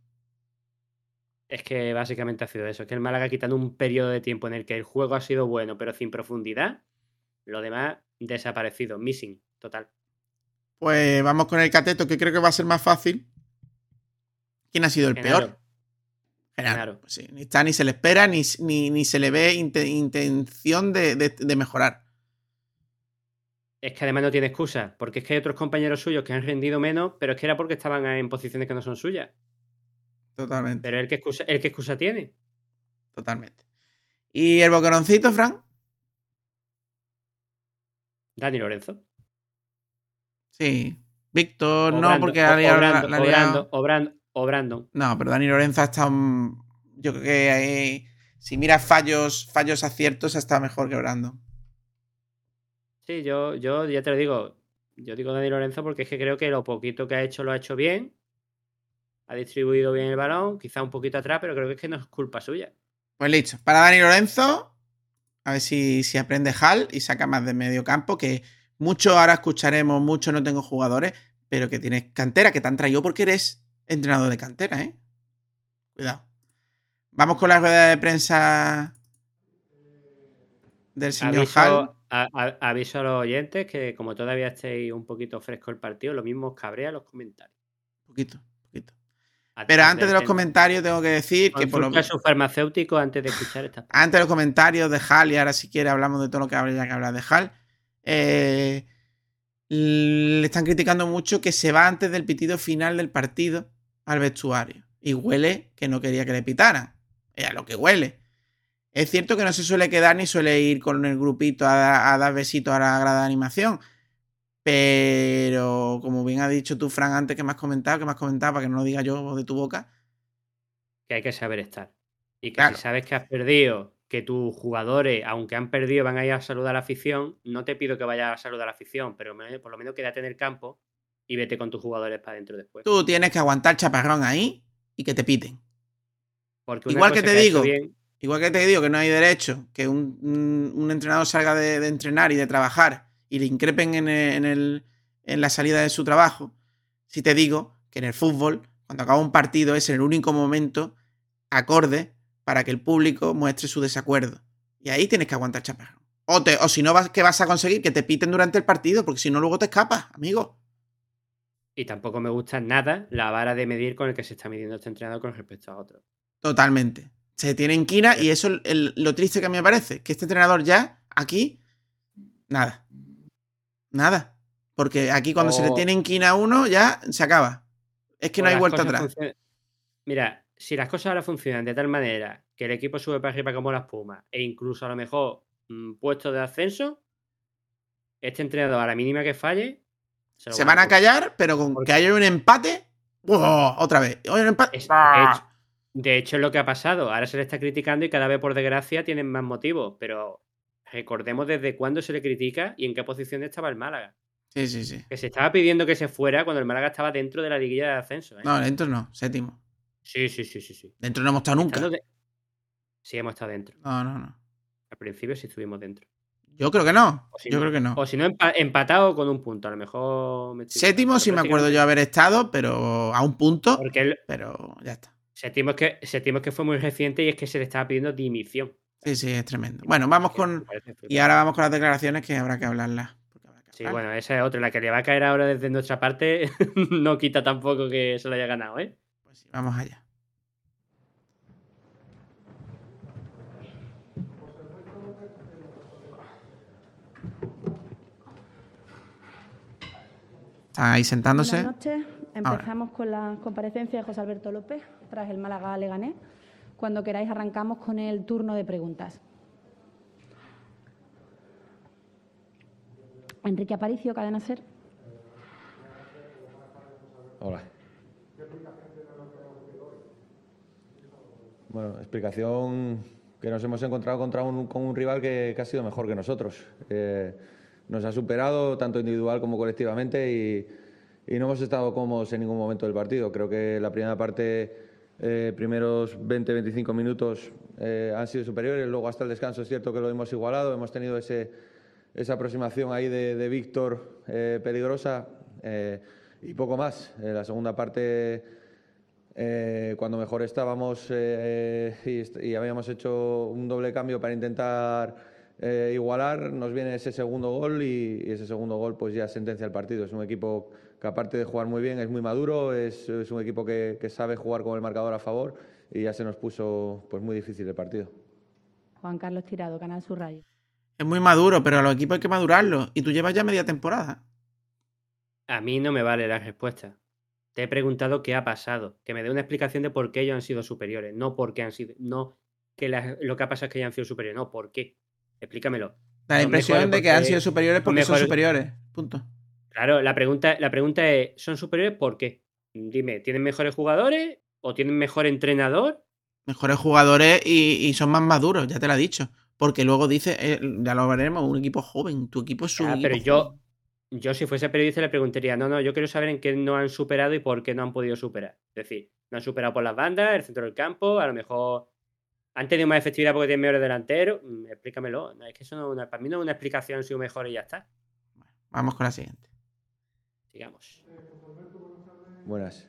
Es que básicamente ha sido eso. Es que el Málaga, quitando un periodo de tiempo en el que el juego ha sido bueno, pero sin profundidad, lo demás desaparecido. Missing, total. Pues vamos con el cateto, que creo que va a ser más fácil. ¿Quién ha sido el Genaro. peor? Genaro. Genaro. Pues sí, ni está, ni se le espera, ni, ni, ni se le ve inte- intención de, de- de mejorar. Es que además no tiene excusa, porque es que hay otros compañeros suyos que han rendido menos, pero es que era porque estaban en posiciones que no son suyas. Totalmente, Pero el que excusa, el que excusa tiene. totalmente. ¿Y el boqueroncito, Fran? Dani Lorenzo. Sí. Víctor, O no, Brandon, porque o- la, o la- Brandon, la ha o liado. Brandon, o Brandon, o Brandon. No, pero Dani Lorenzo ha estado. mm, Yo creo que eh, si miras fallos, fallos, aciertos, ha estado mejor que Brandon. Sí, yo, yo ya te lo digo. Yo digo Dani Lorenzo porque es que creo que lo poquito que ha hecho lo ha hecho bien. Ha distribuido bien el balón, quizá un poquito atrás, pero creo que es que no es culpa suya. Pues listo. Para Dani Lorenzo, a ver si, si aprende Hal y saca más de medio campo, que mucho ahora escucharemos, mucho no tengo jugadores, pero que tienes cantera, que te han traído porque eres entrenador de cantera, ¿eh? Cuidado. Vamos con la rueda de prensa del señor Hal. Aviso a, a- aviso a los oyentes que como todavía estéis un poquito fresco el partido, lo mismo os cabrea los comentarios. Poquito, poquito. Pero antes de los comentarios tengo que decir que por lo Consulta a su farmacéutico antes de escuchar esta. Antes de los comentarios de Hal, y ahora si quiere hablamos de todo lo que habría que hablar de Hal. Eh, le están criticando mucho que se va antes del pitido final del partido al vestuario. Y huele que no quería que le pitaran. Es a lo que huele. Es cierto que no se suele quedar ni suele ir con el grupito a, a dar besitos a la grada de animación. Pero, como bien ha dicho tú, Fran, antes que me has comentado, que me has comentado para que no lo diga yo de tu boca. Que hay que saber estar. Y que Claro. si sabes que has perdido, que tus jugadores, aunque han perdido, van a ir a saludar a la afición, no te pido que vayas a saludar a la afición, pero me- por lo menos quédate en el campo y vete con tus jugadores para adentro después. Tú tienes que aguantar chaparrón ahí y que te piten. Porque una Igual que cosa te ha hecho digo, bien- igual que te digo que no hay derecho que un, un- un entrenador salga de, de entrenar y de trabajar y le increpen en, el- en, el, en la salida de su trabajo, si te digo que en el fútbol, cuando acaba un partido, es el único momento acorde para que el público muestre su desacuerdo. Y ahí tienes que aguantar chaparrón. O, te, o si no, vas, ¿qué vas a conseguir? Que te piten durante el partido, porque si no, luego te escapas, amigo. Y tampoco me gusta nada la vara de medir con el que se está midiendo este entrenador con respecto a otros. Totalmente. Se tiene inquina y eso es el- lo triste que a mí me parece. Que este entrenador ya, aquí, nada. Nada. Porque aquí cuando se le O- tiene inquina a uno, ya se acaba. Es que O no hay las vuelta cosas atrás. funcionan- Mira, si las cosas ahora funcionan de tal manera que el equipo sube para arriba como las Pumas e incluso a lo mejor mm, puestos de ascenso, este entrenador a la mínima que falle se, lo Se van a comer. callar, pero con Porque- que haya un empate. ¡Wow! Otra vez. Oye, un empate. Es- de, ¡Ah! hecho, de hecho es lo que ha pasado. Ahora se le está criticando y cada vez por desgracia tienen más motivos. Pero recordemos desde cuándo se le critica y en qué posición estaba el Málaga. Sí, sí, sí. Que se estaba pidiendo que se fuera cuando el Málaga estaba dentro de la liguilla de ascenso. ¿eh? No, dentro no. Séptimo. Sí, sí, sí, sí, sí. Dentro no hemos estado nunca. Estando de- Sí, hemos estado dentro. No, no, no. Al principio sí estuvimos dentro. Yo creo que no. O si Yo no- creo que no. O si no, empa- empatado con un punto. A lo mejor. me estoy Séptimo equivocando, sí me pero acuerdo yo haber estado, pero a un punto. Porque el Pero ya está. séptimo es, que, séptimo es que fue muy reciente y es que se le estaba pidiendo dimisión. Sí, sí, es tremendo. Bueno, vamos Que con. me parece flipante. Y ahora vamos con las declaraciones que habrá que hablarlas. porque habrá que Sí, hablar. bueno, esa es otra. La que le va a caer ahora desde nuestra parte no quita tampoco que se lo haya ganado, ¿eh? Pues sí, vamos allá. Están ahí sentándose. Buenas noches. Empezamos con la comparecencia de José Alberto López tras el Málaga Leganés. Cuando queráis arrancamos con el turno de preguntas. Enrique Aparicio, Cadena Ser. Hola. Bueno, explicación que nos hemos encontrado contra un, con un rival que, que ha sido mejor que nosotros. Eh, nos ha superado tanto individual como colectivamente y, y no hemos estado cómodos en ningún momento del partido. Creo que la primera parte, eh, primeros veinte a veinticinco minutos eh, han sido superiores, luego hasta el descanso es cierto que lo hemos igualado, hemos tenido ese, esa aproximación ahí de, de Víctor eh, peligrosa eh, y poco más. En la segunda parte... Eh, cuando mejor estábamos eh, y, y habíamos hecho un doble cambio para intentar eh, igualar, nos viene ese segundo gol y, y ese segundo gol pues ya sentencia el partido. Es un equipo que aparte de jugar muy bien es muy maduro, es, es un equipo que, que sabe jugar con el marcador a favor y ya se nos puso pues muy difícil el partido. Juan Carlos Tirado, Canal Sur Radio. Es muy maduro, pero a los equipos hay que madurarlos. Y tú llevas ya media temporada. A mí no me vale la respuesta. Te he preguntado qué ha pasado. Que me dé una explicación de por qué ellos han sido superiores. No por qué han sido. No que la- lo que ha pasado es que hayan sido superiores. No, ¿por qué? Explícamelo. Da la Son impresión mejores de que han porque- sido superiores porque son mejores- superiores. Punto. Claro, la pregunta, la pregunta es: ¿son superiores por qué? Dime, ¿tienen mejores jugadores o tienen mejor entrenador? Mejores jugadores y, y son más maduros, ya te lo he dicho. Porque luego dice, eh, ya lo veremos, un equipo joven. Tu equipo es un Ya, equipo pero yo, joven. yo si fuese periodista le preguntaría, no, no, yo quiero saber en qué no han superado y por qué no han podido superar. Es decir, no han superado por las bandas, el centro del campo, a lo mejor han tenido más efectividad porque tienen mejores delanteros. Mm, Explícamelo. No, es que eso no es una, para mí no es una explicación, han sido mejor y ya está. Vamos con la siguiente. Sigamos. Buenas.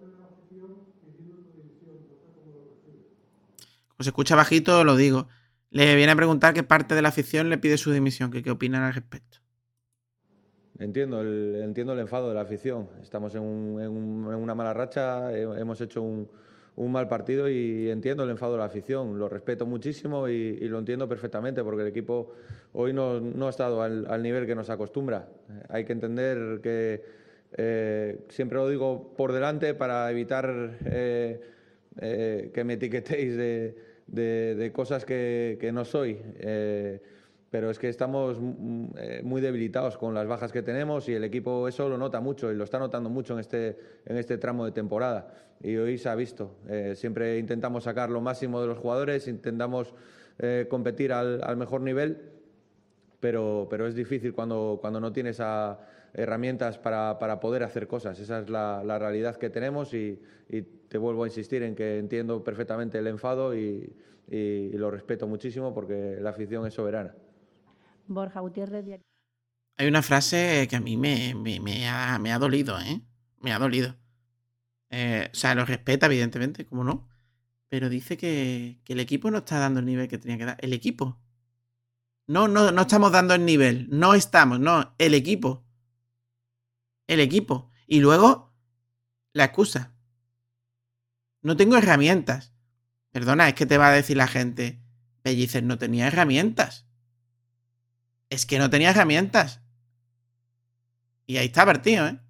Como se escucha bajito, lo digo. Le viene a preguntar qué parte de la afición le pide su dimisión, que qué opinan al respecto. Entiendo el, entiendo el enfado de la afición. Estamos en, un, en, un, en una mala racha, hemos hecho un, un mal partido y entiendo el enfado de la afición. Lo respeto muchísimo y, y lo entiendo perfectamente porque el equipo hoy no, no ha estado al, al nivel que nos acostumbra. Hay que entender que, eh, siempre lo digo por delante para evitar eh, eh, que me etiquetéis de, de, de cosas que, que no soy. Eh, Pero es que estamos muy debilitados con las bajas que tenemos y el equipo eso lo nota mucho y lo está notando mucho en este, en este tramo de temporada. Y hoy se ha visto. Eh, siempre intentamos sacar lo máximo de los jugadores, intentamos eh, competir al, al mejor nivel, pero, pero es difícil cuando, cuando no tienes a, herramientas para, para poder hacer cosas. Esa es la, la realidad que tenemos y, y te vuelvo a insistir en que entiendo perfectamente el enfado y, y, y lo respeto muchísimo porque la afición es soberana. Borja Gutiérrez, diario. Hay una frase que a mí me, me, me, ha, me ha dolido, ¿eh? Me ha dolido. Eh, o sea, lo respeta, evidentemente, como no. Pero dice que, que el equipo no está dando el nivel que tenía que dar. ¿El equipo? No, no, no estamos dando el nivel. No estamos, no. El equipo. El equipo. Y luego, la excusa. No tengo herramientas. Perdona, es que te va a decir la gente. Pellicer no tenía herramientas. Es que no tenía herramientas. Y ahí está partido, ¿eh?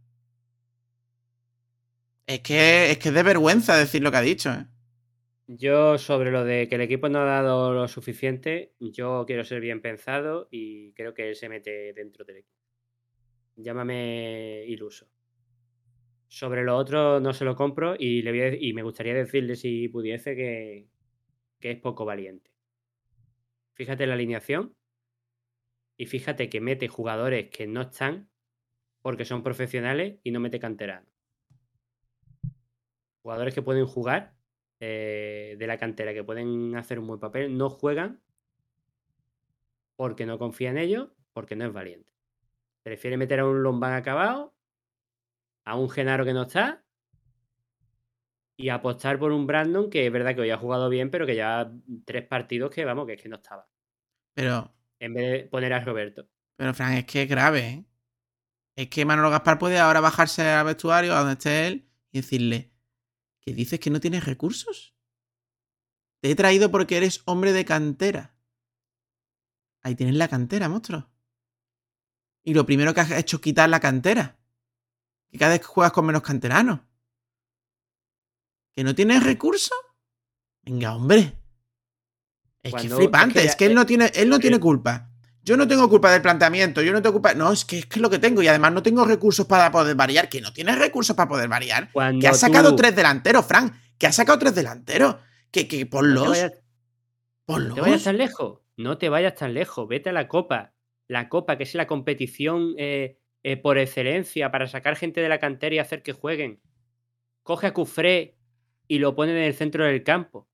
Es que, es que es de vergüenza decir lo que ha dicho, ¿eh? Yo, sobre lo de que el equipo no ha dado lo suficiente, yo quiero ser bien pensado y creo que él se mete dentro del equipo. Llámame iluso. Sobre lo otro no se lo compro y, le voy a, y me gustaría decirle, si pudiese, que, que es poco valiente. Fíjate en la alineación. Y fíjate que mete jugadores que no están porque son profesionales y no mete canteranos. Jugadores que pueden jugar eh, de la cantera, que pueden hacer un buen papel, no juegan porque no confía en ellos, porque no es valiente. Prefiere meter a un Lombán acabado, a un Genaro que no está y apostar por un Brandon que es verdad que hoy ha jugado bien, pero que ya tres partidos que, vamos, que es que no estaba. Pero... En vez de poner a Roberto. Pero, Fran, es que es grave, ¿eh? Es que Manolo Gaspar puede ahora bajarse al vestuario, a donde esté él, y decirle, ¿qué dices que no tienes recursos? Te he traído porque eres hombre de cantera. Ahí tienes la cantera, monstruo. Y lo primero que has hecho es quitar la cantera. Que cada vez juegas con menos canteranos. ¿Que no tienes recursos? Venga, hombre. Es Cuando, que es flipante, es que, ya, es que él no tiene, él no tiene culpa. Yo no tengo culpa del planteamiento, yo no tengo culpa... No, es que es que es lo que tengo y además no tengo recursos para poder variar. Que no tienes recursos para poder variar. Cuando que ha sacado tú... tres delanteros, Frank. Que ha sacado tres delanteros. Que, que ponlos... No vayas... ponlos. No te vayas tan lejos. No te vayas tan lejos. Vete a la Copa. La Copa, que es la competición eh, eh, por excelencia para sacar gente de la cantera y hacer que jueguen. Coge a Cufré y lo pone en el centro del campo.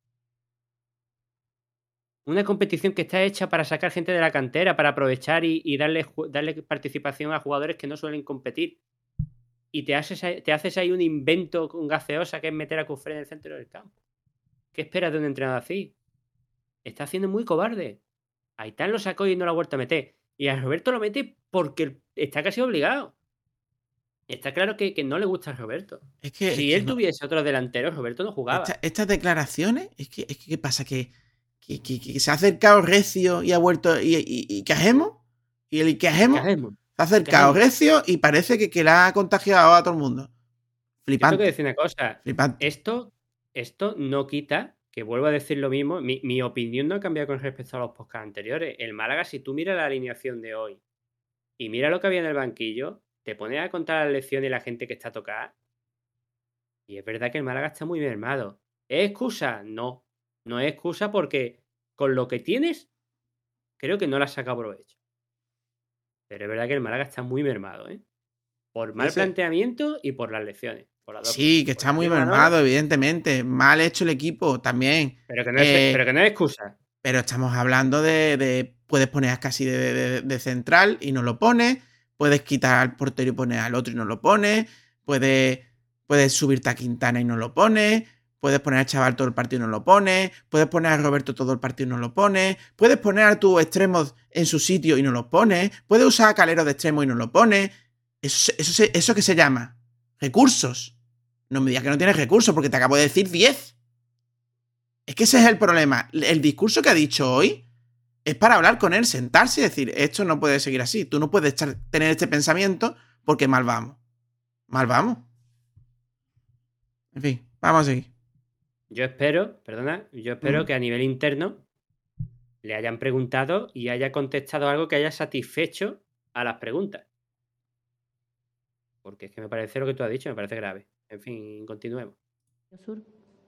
Una competición que está hecha para sacar gente de la cantera, para aprovechar y, y darle, darle participación a jugadores que no suelen competir. Y te haces, te haces ahí un invento con gaseosa que es meter a Cufré en el centro del campo. ¿Qué esperas de un entrenador así? Está haciendo muy cobarde. Aitán lo sacó y no lo ha vuelto a meter. Y a Roberto lo mete porque está casi obligado. Está claro que, que no le gusta a Roberto. Es que, si es él que no... tuviese otros delanteros, Roberto no jugaba. Esta, estas declaraciones, es que, es que ¿qué pasa? Que... Que, que, que se ha acercado Recio y ha vuelto. ¿Y, y, y qué hacemos? ¿Y el qué hacemos? Se ha acercado Recio y parece que, que la ha contagiado a todo el mundo. Flipante. Tengo que decir una cosa. Flipante. Esto, esto no quita, que vuelvo a decir lo mismo. Mi, mi opinión no ha cambiado con respecto a los podcasts anteriores. El Málaga, si tú miras la alineación de hoy y mira lo que había en el banquillo, te pones a contar las lecciones y la gente que está tocada. Y es verdad que el Málaga está muy mermado. ¿Es excusa? No. No es excusa porque con lo que tienes, creo que no la has sacado provecho. Pero es verdad que el Málaga está muy mermado, ¿eh? Por mal Ese... planteamiento y por las lecciones. Por las dos sí, cosas. Que está muy mermado, ¿no? Evidentemente. Mal hecho el equipo también. Pero que no es, eh, pero que no es excusa. Pero estamos hablando de... de puedes poner casi de, de, de central y no lo pones. Puedes quitar al portero y poner al otro y no lo pones. Puedes, puedes subirte a Quintana y no lo pones. puedes poner al chaval todo el partido y no lo pones, puedes poner a Roberto todo el partido y no lo pones, puedes poner a tus extremos en su sitio y no los pones, puedes usar a Calero de extremo y no lo pones. Eso, eso, eso que se llama recursos. No me digas que no tienes recursos porque te acabo de decir diez. Es que ese es el problema. El discurso que ha dicho hoy es para hablar con él, sentarse y decir, esto no puede seguir así. Tú no puedes echar, tener este pensamiento porque mal vamos. Mal vamos. En fin, vamos a seguir. Yo espero, perdona, yo espero Mm. que a nivel interno le hayan preguntado y haya contestado algo que haya satisfecho a las preguntas. Porque es que me parece lo que tú has dicho, me parece grave. En fin, continuemos. Sur.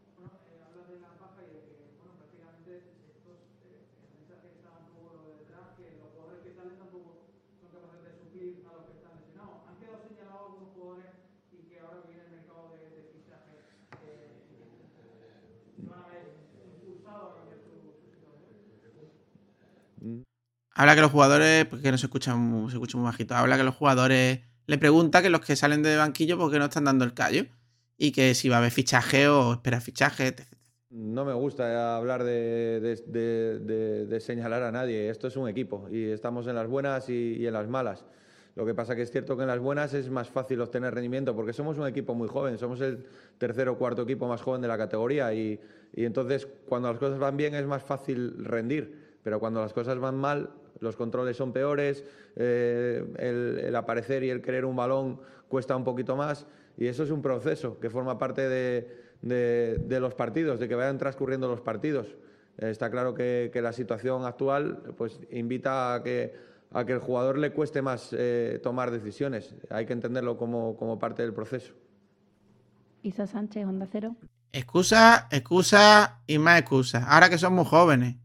Habla que los jugadores, porque no se escucha muy, se escucha muy bajito, habla que los jugadores le pregunta que los que salen de banquillo porque no están dando el callo y que si va a haber fichaje o espera fichaje, etcétera. No me gusta hablar de, de, de, de, de señalar a nadie. Esto es un equipo y estamos en las buenas y, y en las malas. Lo que pasa que es cierto que en las buenas es más fácil obtener rendimiento porque somos un equipo muy joven, somos el tercer o cuarto equipo más joven de la categoría y, y entonces cuando las cosas van bien es más fácil rendir, pero cuando las cosas van mal los controles son peores, eh, el, el aparecer y el querer un balón cuesta un poquito más y eso es un proceso que forma parte de, de, de los partidos, de que vayan transcurriendo los partidos. Eh, está claro que, que la situación actual pues, invita a que, a que el jugador le cueste más eh, tomar decisiones. Hay que entenderlo como, como parte del proceso. Isa Sánchez, Onda Cero. Excusa, excusa y más excusa. Ahora que somos jóvenes.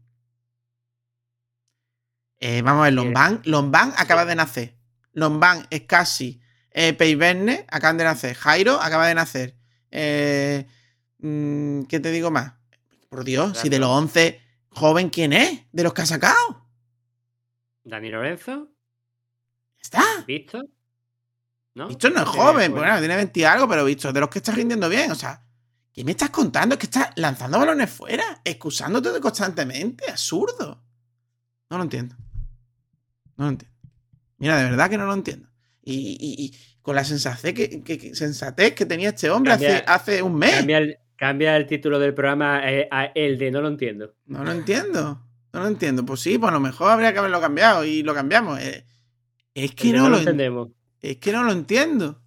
Eh, vamos a ver, Lombán. Lombán acaba de nacer. Lombán es casi. Eh, Peiverne acaban de nacer. Jairo acaba de nacer. Eh, mmm, ¿Qué te digo más? Por Dios, claro. Si de los once, joven, ¿quién es? ¿De los que ha sacado? Dani Lorenzo. ¿Está? ¿Víctor? ¿No? Víctor no es joven, bueno, tiene veinte y algo, pero Víctor, de los que está rindiendo bien. O sea, ¿qué me estás contando? Es que estás lanzando balones fuera, excusándote constantemente. Absurdo. No lo entiendo. No lo entiendo. Mira, de verdad que no lo entiendo. Y, y, y con la sensatez que, que, que, sensatez que tenía este hombre cambia, hace, hace un mes. Cambia el, cambia el título del programa eh, a el de no lo entiendo. No lo entiendo. No lo entiendo. Pues sí, pues a lo mejor habría que haberlo cambiado y lo cambiamos. Eh, es que no, no lo entendemos. Es que no lo entiendo.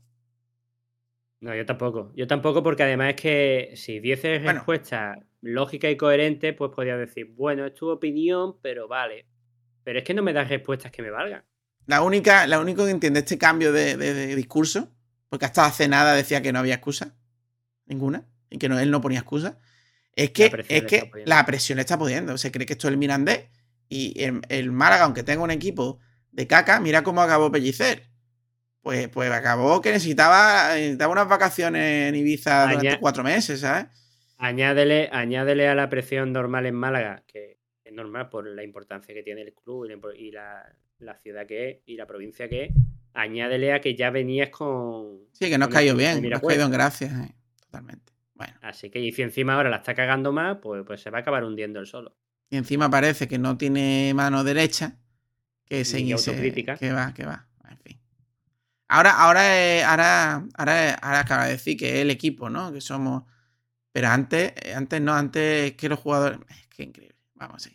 No, yo tampoco. Yo tampoco porque además es que si diese bueno. respuesta lógica y coherente, pues podría decir, bueno, es tu opinión, pero vale. Pero es que no me das respuestas que me valgan. La única, la única que entiende este cambio de, de, de discurso, porque hasta hace nada decía que no había excusa, ninguna, y que no, él no ponía excusa, es que, es que la presión le está pudiendo. Se cree que esto es el Mirandés y el, el Málaga, aunque tenga un equipo de caca, mira cómo acabó Pellicer. Pues, pues acabó que necesitaba, necesitaba unas vacaciones en Ibiza Añá, durante cuatro meses, ¿sabes? Añádele, añádele a la presión normal en Málaga, que es normal por la importancia que tiene el club y la, la ciudad que es y la provincia que es, añádele a que ya venías con... Sí, que no has caído bien, no has caído en gracias, eh, totalmente. Bueno. Así que, y si encima ahora la está cagando más, pues, pues se va a acabar hundiendo él solo. Y encima parece que no tiene mano derecha, que se autocrítica. Que va, que va, en fin. Ahora, ahora, es, ahora, ahora, ahora acaba de decir que es el equipo, ¿no? Que somos... Pero antes, antes no, antes es que los jugadores... Es que increíble. Vamos a seguir.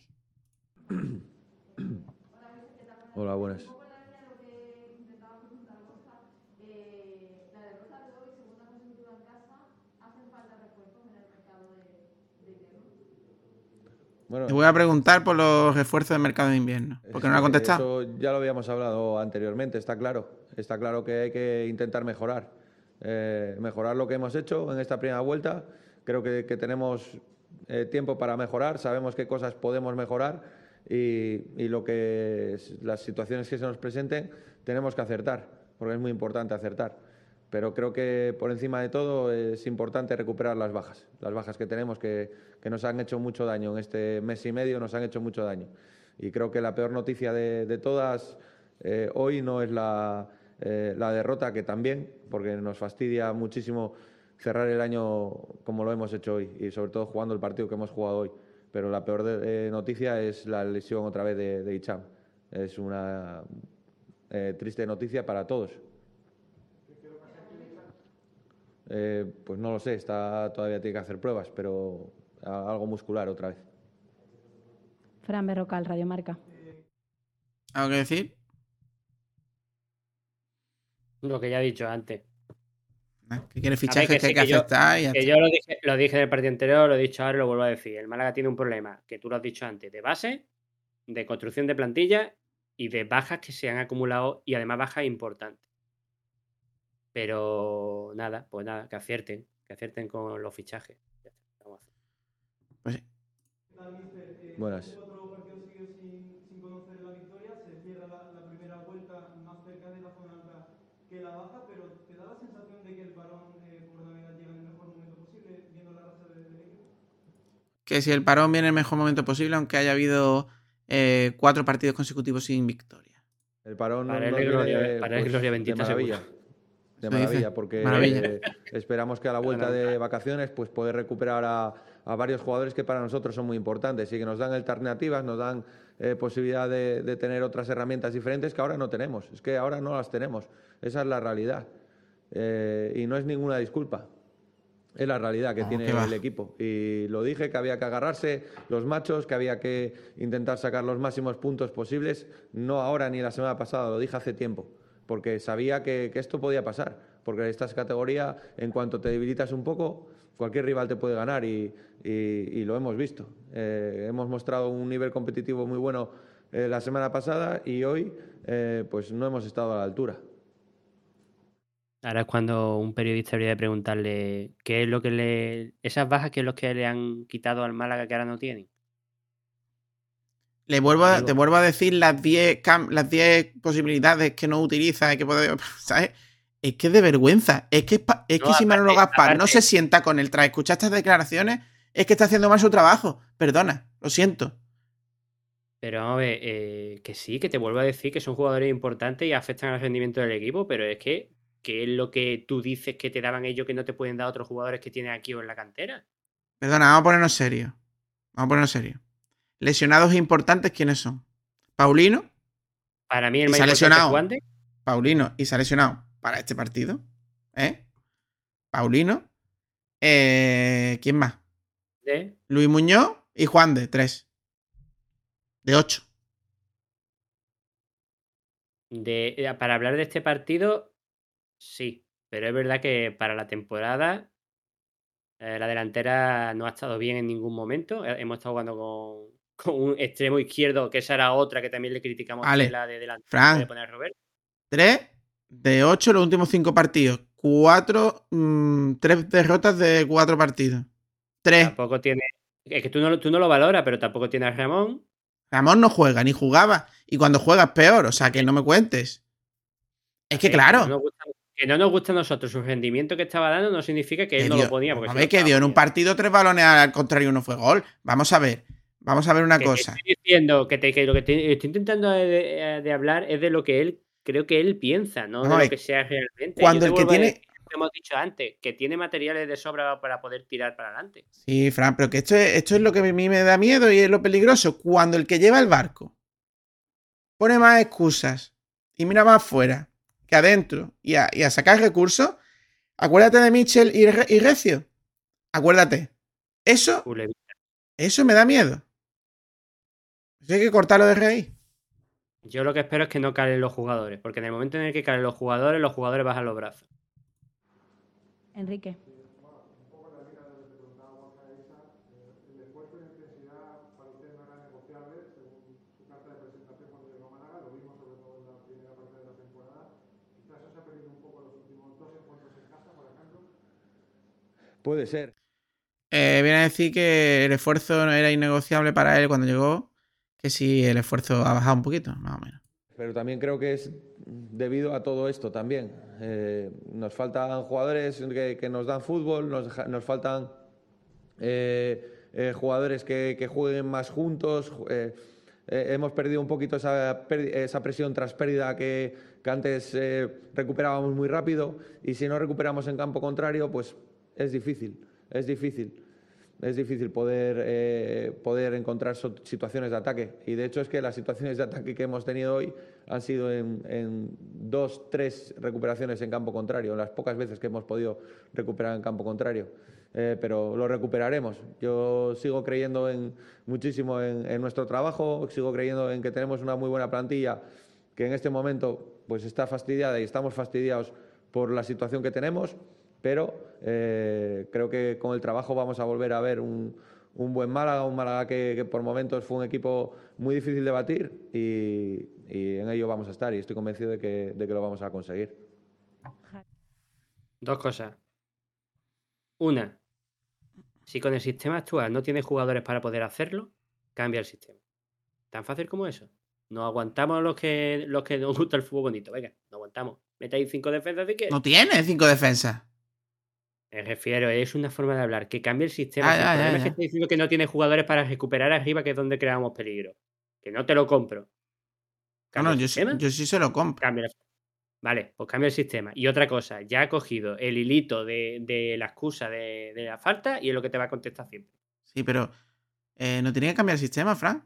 Hola, buenas. Bueno, te voy a preguntar por los refuerzos del mercado de invierno. ¿Por qué no lo ha contestado? Eso ya lo habíamos hablado anteriormente, está claro. Está claro que hay que intentar mejorar. Eh, mejorar lo que hemos hecho en esta primera vuelta. Creo que, que tenemos eh, tiempo para mejorar, sabemos qué cosas podemos mejorar y, y lo que las situaciones que se nos presenten tenemos que acertar, porque es muy importante acertar. Pero creo que por encima de todo es importante recuperar las bajas, las bajas que tenemos que, que nos han hecho mucho daño en este mes y medio, nos han hecho mucho daño. Y creo que la peor noticia de, de todas eh, hoy no es la, eh, la derrota, que también, porque nos fastidia muchísimo cerrar el año como lo hemos hecho hoy y sobre todo jugando el partido que hemos jugado hoy. Pero la peor de, eh, noticia es la lesión otra vez de, de Hicham. Es una eh, triste noticia para todos. Eh, pues no lo sé, está, todavía tiene que hacer pruebas, pero algo muscular otra vez. Fran Berrocal, Radio Marca. ¿Algo que decir? Lo que ya he dicho antes. Que quiere A ver, fichajes que que hay sí, que que yo, aceptar y ya que está. yo lo dije, lo dije en el partido anterior, lo he dicho ahora y lo vuelvo a decir. El Málaga tiene un problema, que tú lo has dicho antes, de base, de construcción de plantilla y de bajas que se han acumulado y además bajas importantes. Pero nada, pues nada, que acierten, que acierten con los fichajes. Ya está, vamos a hacer. Pues sí. Buenas. Cuatro partidos seguidos sin, sin conocer la victoria, se cierra la, la primera vuelta más cerca de la zona alta que la baja, pero ¿te da la sensación de que el parón eh, por Navidad llega en el mejor momento posible, viendo la racha del equipo? Que si el parón viene en el mejor momento posible, aunque haya habido eh, cuatro partidos consecutivos sin victoria. El parón Para no, él nos es gloria, viene, para él es pues, gloria de bendita, maravilla. seguro. De Eso dice. maravilla, porque Maravilla. eh, esperamos que a la vuelta de vacaciones pues poder recuperar a, a varios jugadores que para nosotros son muy importantes y que nos dan alternativas, nos dan eh, posibilidad de, de tener otras herramientas diferentes que ahora no tenemos. Es que ahora no las tenemos. Esa es la realidad. Eh, y no es ninguna disculpa. Es la realidad que Oh, tiene qué va. el equipo. Y lo dije, que había que agarrarse los machos, que había que intentar sacar los máximos puntos posibles. No ahora ni la semana pasada, lo dije hace tiempo. Porque sabía que, que esto podía pasar. Porque en esta categoría, en cuanto te debilitas un poco, cualquier rival te puede ganar y, y, y lo hemos visto. Eh, hemos mostrado un nivel competitivo muy bueno eh, la semana pasada y hoy eh, pues no hemos estado a la altura. Ahora es cuando un periodista debería de preguntarle qué es lo que le... Esas bajas, qué es lo que le han quitado al Málaga que ahora no tienen. Le vuelvo a, Digo- te vuelvo a decir las diez cam- las diez posibilidades que no utiliza y que puede, ¿sabes? Es que es de vergüenza. Es que, es pa- es No, que si Manolo aparte- Gaspar no aparte- se sienta con él tras escuchar estas declaraciones, es que está haciendo mal su trabajo. Perdona, lo siento. Pero vamos a ver, eh, que sí, que te vuelvo a decir que son jugadores importantes y afectan al rendimiento del equipo, pero es que, ¿qué es lo que tú dices que te daban ellos que no te pueden dar otros jugadores que tienen aquí o en la cantera? Perdona, vamos a ponernos serios. Vamos a ponernos serios. Lesionados importantes, ¿quiénes son? Paulino, Para mí el ¿Y más se ha importante es lesionado? Juan de, Paulino, y se ha lesionado para este partido. ¿Eh? Paulino. Eh, ¿Quién más? de- Luis Muñoz y Juan de, tres. De ocho. de- eh, para hablar de este partido, sí, pero es verdad que para la temporada eh, la delantera no ha estado bien en ningún momento. Eh, Hemos estado jugando con, con un extremo izquierdo, que esa era otra que también le criticamos Vale. de la de delantera Fran. de poner a Roberto. Tres de ocho los últimos cinco partidos. Cuatro, mm, tres derrotas de cuatro partidos. Tres. Tampoco tiene. Es que tú no, lo- tú no lo valoras, pero tampoco tiene a Ramón. Ramón no juega, ni jugaba. Y cuando juega es peor, o sea que no me cuentes. Es que Eh, claro. Que no, nos gusta, que no nos gusta a nosotros su rendimiento que estaba dando, no significa que él que no dio- lo ponía. Porque a sí ver, lo que estaba dio en un poniendo. partido tres balones al contrario, uno fue gol. Vamos a ver. Vamos a ver una Que te cosa. estoy diciendo que, te- que lo que te- estoy intentando de, de- de hablar es de lo que él creo que él piensa, no Vamos de a lo ver. que sea realmente. Cuando Yo te el que vuelvo a tiene- decir lo que hemos dicho antes, que tiene materiales de sobra para poder tirar para adelante. Sí, Fran, pero que esto es, esto es lo que a mí me da miedo y es lo peligroso. Cuando el que lleva el barco pone más excusas y mira más afuera que adentro y a, y a sacar recursos, acuérdate de Mitchell y, Re- y Recio. Acuérdate. Eso, Ule- eso me da miedo. Eso hay que cortarlo de raíz. Yo lo que espero es que no calen los jugadores, porque en el momento en el que calen los jugadores, los jugadores bajan los brazos. Enrique. Puede ser. Eh, viene a decir que el esfuerzo no era innegociable para él cuando llegó, que si el esfuerzo ha bajado un poquito, más o menos. Pero también creo que es debido a todo esto también. Eh, nos faltan jugadores que, que nos dan fútbol, nos, deja- nos faltan eh, eh, jugadores que, que jueguen más juntos. eh, eh, hemos perdido un poquito esa, perdi- esa presión tras pérdida que, que antes eh, recuperábamos muy rápido y si no recuperamos en campo contrario, pues es difícil, es difícil. Es difícil poder, eh, poder encontrar so- situaciones de ataque. Y de hecho es que las situaciones de ataque que hemos tenido hoy han sido en, en dos, tres recuperaciones en campo contrario, las pocas veces que hemos podido recuperar en campo contrario. Eh, pero lo recuperaremos. Yo sigo creyendo en, muchísimo en, en nuestro trabajo, sigo creyendo en que tenemos una muy buena plantilla que en este momento pues está fastidiada y estamos fastidiados por la situación que tenemos, pero eh, creo que con el trabajo vamos a volver a ver un, un buen Málaga, un Málaga que, que por momentos fue un equipo muy difícil de batir y, y en ello vamos a estar y estoy convencido de que, de que lo vamos a conseguir. Dos cosas. Una, si con el sistema actual no tienes jugadores para poder hacerlo, cambia el sistema. Tan fácil como eso. No aguantamos los que, los que nos gusta el fútbol bonito. Venga, no aguantamos. Mete ahí cinco defensas si quieres. No tiene cinco defensas. Me refiero, es una forma de hablar. Que cambie el sistema. Ah, Si el ya, problema ya, es que ya. estoy diciendo que no tiene jugadores para recuperar arriba, que es donde creamos peligro. Que no te lo compro. No, ¿Cambia no, el yo sí, sistema? yo sí se lo compro. Cambia el- Vale, pues cambia el sistema. Y otra cosa, ya ha cogido el hilito de, de la excusa de, de la falta y es lo que te va a contestar siempre. Sí, pero eh, no tiene que cambiar el sistema, Fran.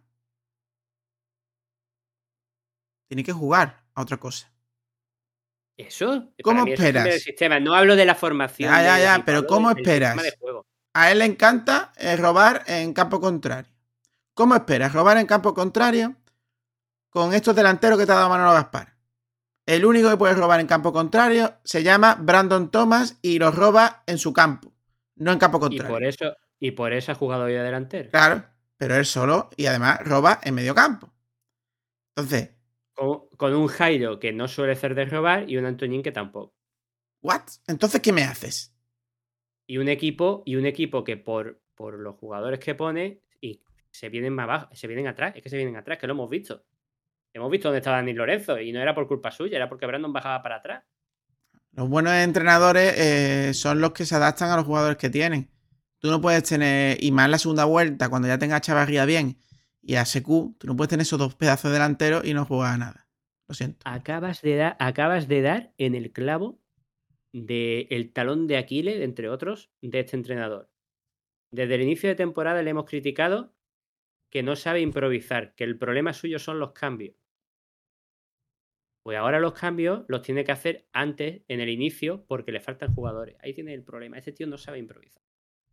Tiene que jugar a otra cosa. ¿Eso? ¿Cómo Para mí eso es cambiar el esperas? sistema. No hablo de la formación. Ya, ya, del ya, equipo, pero hablo ¿cómo del- del sistema esperas? de juego. A él le encanta eh, robar en campo contrario. ¿Cómo esperas robar en campo contrario con estos delanteros que te ha dado Manolo Gaspar? El único que puede robar en campo contrario se llama Brandon Thomas y lo roba en su campo, no en campo Y contrario. por eso, y por eso ha jugado hoy de delantero. Claro, pero él solo y además roba en medio campo. Entonces, Con, con un Jairo que no suele ser de robar y un Antoñín que tampoco. ¿what? Entonces, ¿qué me haces? Y un equipo, y un equipo que por, por los jugadores que pone y se vienen más abajo, se vienen atrás, es que se vienen atrás, que lo hemos visto. Hemos visto dónde estaba Dani Lorenzo y no era por culpa suya, era porque Brandon bajaba para atrás. Los buenos entrenadores eh, son los que se adaptan a los jugadores que tienen. Tú no puedes tener, y más en la segunda vuelta, cuando ya tengas a Chavarría bien y a S Q, tú no puedes tener esos dos pedazos delanteros y no jugar a nada. Lo siento. Acabas de, dar, acabas de dar en el clavo del talón de Aquiles, entre otros, de este entrenador. Desde el inicio de temporada le hemos criticado que no sabe improvisar, que el problema suyo son los cambios. Pues ahora los cambios los tiene que hacer antes, en el inicio, porque le faltan jugadores. Ahí tiene el problema. Este tío no sabe improvisar.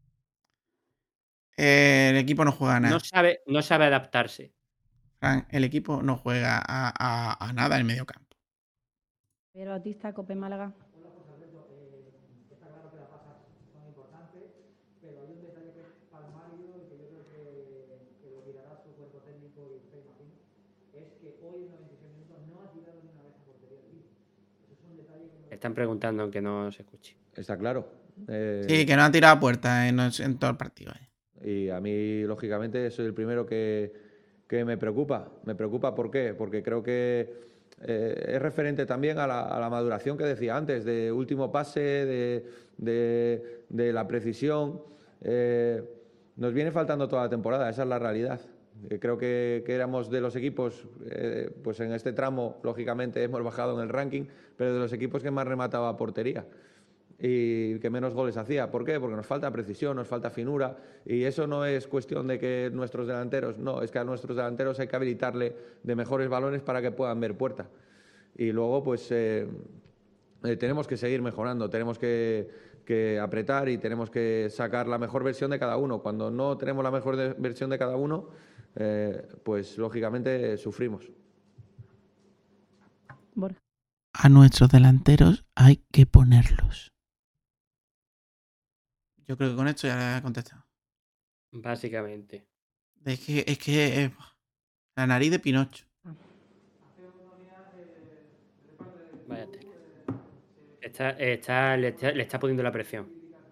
Eh, el equipo no juega a nada. No sabe, no sabe adaptarse. Fran, el equipo no juega a, a- a nada en el medio campo. Pero Batista, Cope Málaga. Están preguntando aunque no se escuche. Está claro. Eh, Sí, que no ha tirado a puerta en, en todo el partido. eh. Y a mí, lógicamente, soy el primero que, que me preocupa. Me preocupa, ¿por qué? Porque creo que eh, es referente también a la, a la maduración que decía antes, de último pase, de, de, de la precisión. Eh, nos viene faltando toda la temporada, esa es la realidad. Eh, creo que, que éramos de los equipos, eh, pues en este tramo, lógicamente, hemos bajado en el ranking, pero de los equipos que más remataba a portería y que menos goles hacía. ¿Por qué? Porque nos falta precisión, nos falta finura, y eso no es cuestión de que nuestros delanteros, no, es que a nuestros delanteros hay que habilitarle de mejores balones para que puedan ver puerta. Y luego, pues, eh, eh, tenemos que seguir mejorando, tenemos que, que apretar y tenemos que sacar la mejor versión de cada uno. Cuando no tenemos la mejor de- versión de cada uno, eh, pues, lógicamente, sufrimos. Borja. A nuestros delanteros hay que ponerlos. Yo creo que con esto ya le he contestado. Básicamente. Es que es que eh, la nariz de Pinocho. Vaya tela. Está, está, le, está, le está poniendo la presión.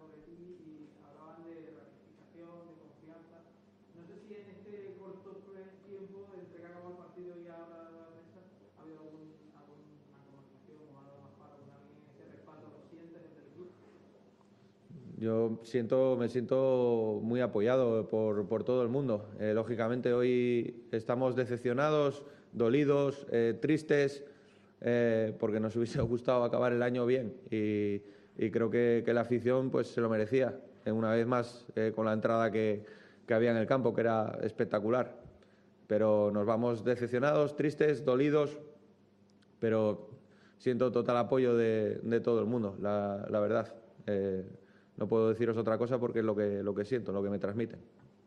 Yo siento, me siento muy apoyado por, por todo el mundo. Eh, lógicamente hoy estamos decepcionados, dolidos, eh, tristes, eh, porque nos hubiese gustado acabar el año bien. Y, y creo que, que la afición pues se lo merecía, eh, una vez más, eh, con la entrada que, que había en el campo, que era espectacular. Pero nos vamos decepcionados, tristes, dolidos, pero siento total apoyo de, de todo el mundo, la, la verdad. Eh, no puedo deciros otra cosa porque es lo que, lo que siento, lo que me transmiten.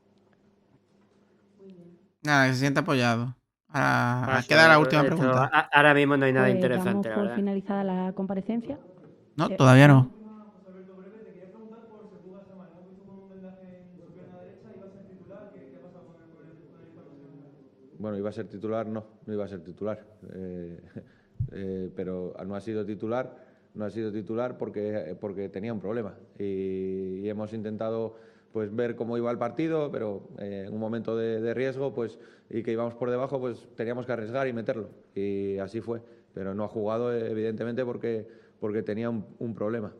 Nada, que se sienta apoyado. Ahora Paso, queda la esto- última pregunta. a- Ahora mismo no hay nada Pues interesante, damos la por verdad. finalizada la comparecencia. No, Eh, todavía no. José Alberto Breve, te quería preguntar por Sepúlveda Samar, ¿no? Visto con un vendaje en su pierna derecha, iba a ser titular, ¿qué, qué ha pasado con el, con el, con el hispano? Bueno, iba a ser titular, no, no iba a ser titular. Eh, eh, pero no ha sido titular, no ha sido titular porque, porque tenía un problema. Y, y hemos intentado pues ver cómo iba el partido, pero eh, en un momento de, de riesgo pues y que íbamos por debajo, pues teníamos que arriesgar y meterlo. Y así fue. Pero no ha jugado, evidentemente, porque, porque tenía un, un problema.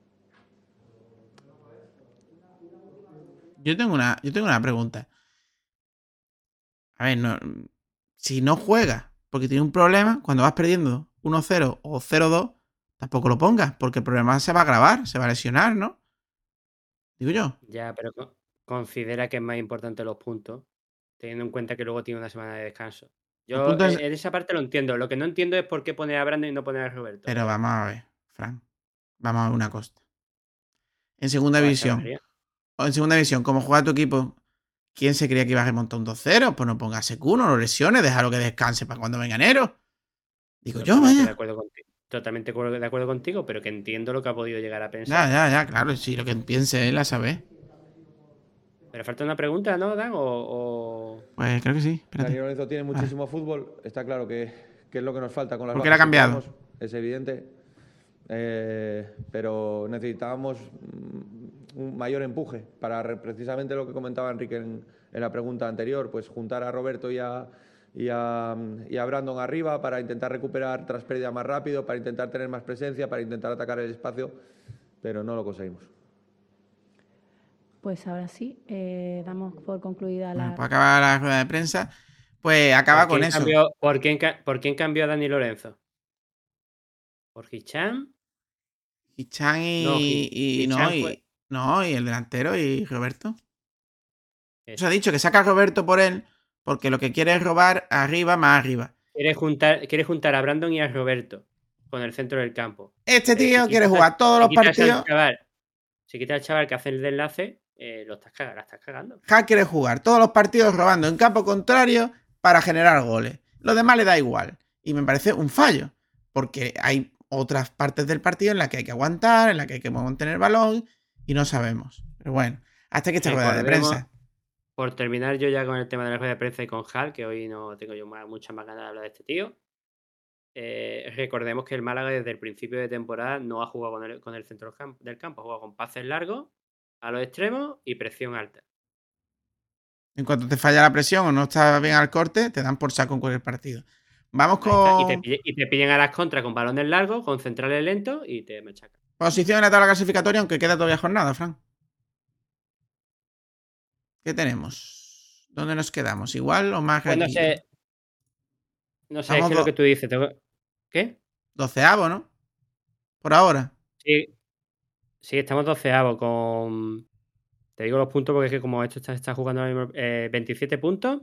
Yo tengo una, yo tengo una pregunta. A ver, no, si no juega porque tiene un problema, cuando vas perdiendo uno cero o cero dos, tampoco lo pongas, porque el problema se va a agravar, se va a lesionar, ¿no? Digo yo. Ya, pero co- considera que es más importante los puntos, teniendo en cuenta que luego tiene una semana de descanso. Los Yo puntos- en, en esa parte lo entiendo. Lo que no entiendo es por qué poner a Brandon y no poner a Roberto. Pero vamos a ver, Fran. Vamos a ver una cosa. En segunda Pues, división, Chavarría. o en segunda división, ¿cómo juega tu equipo? ¿Quién se creía que iba a remontar un dos cero? Pues no ponga a Secu, no lo lesiones, déjalo que descanse para cuando venga enero. Digo yo, Totalmente de vaya. acuerdo contigo. Totalmente de acuerdo- de acuerdo contigo, pero que entiendo lo que ha podido llegar a pensar. Ya, ya, ya, claro, sí, lo que piense él a saber. Pero falta una pregunta, ¿no, Dan? O, o- Pues creo que sí, espérate. Dani Lorenzo tiene muchísimo fútbol, está claro que, que es lo que nos falta con las ¿Por qué le ha bajas que cambiado? tenemos, es evidente, eh, pero necesitábamos mm, un mayor empuje para re- precisamente lo que comentaba Enrique en, en la pregunta anterior, pues juntar a Roberto y a, y, a, y a Brandon arriba para intentar recuperar tras pérdida más rápido, para intentar tener más presencia, para intentar atacar el espacio, pero no lo conseguimos. Pues ahora sí, eh, damos por concluida la... Bueno, pues acaba la rueda de prensa. Pues acaba ¿Por con quién eso. cambió- ¿por, quién, ca- ¿Por quién cambió a Dani Lorenzo? ¿Por Hicham? Hichan y, No, Hi- y, no, Hichan y, fue- no, y el delantero y Roberto. Eso. Se ha dicho que saca a Roberto por él porque lo que quiere es robar arriba más arriba. Quiere juntar, quiere juntar a Brandon y a Roberto con el centro del campo. Este Pero tío si quiere quitas- jugar todos si los quitas al partidos. chaval- si quita al chaval que hace el de enlace, eh, lo estás cagando, la estás cagando. Hack quiere jugar todos los partidos robando en campo contrario para generar goles. Lo demás le da igual. Y me parece un fallo. Porque hay otras partes del partido en las que hay que aguantar, en las que hay que mantener el balón y no sabemos. Pero bueno, hasta que esta rueda de Recordemos- prensa. Por terminar yo ya con el tema de la rueda de prensa y con Hal, que hoy no tengo yo más- muchas más ganas de hablar de este tío. Eh, recordemos que el Málaga desde el principio de temporada no ha jugado con el, con el centro del campo, del campo, ha jugado con pases largos a los extremos y presión alta. En cuanto te falla la presión o no estás bien al corte, te dan por saco en cualquier partido. Vamos Ahí está. Y, con te, pille- y te pillan a las contras con balones largos, con centrales lentos y te machacan. posición en la tabla clasificatoria, aunque queda todavía jornada, Fran. ¿Qué tenemos? ¿Dónde nos quedamos? ¿Igual o más? Pues no aquí? sé. No sé, es Vamos que do- lo que tú dices. tengo- ¿Qué? Doceavo, ¿no? Por ahora. Sí, sí, estamos doceavos con. Te digo los puntos porque es que como esto está, está jugando ahora mismo, eh, veintisiete puntos.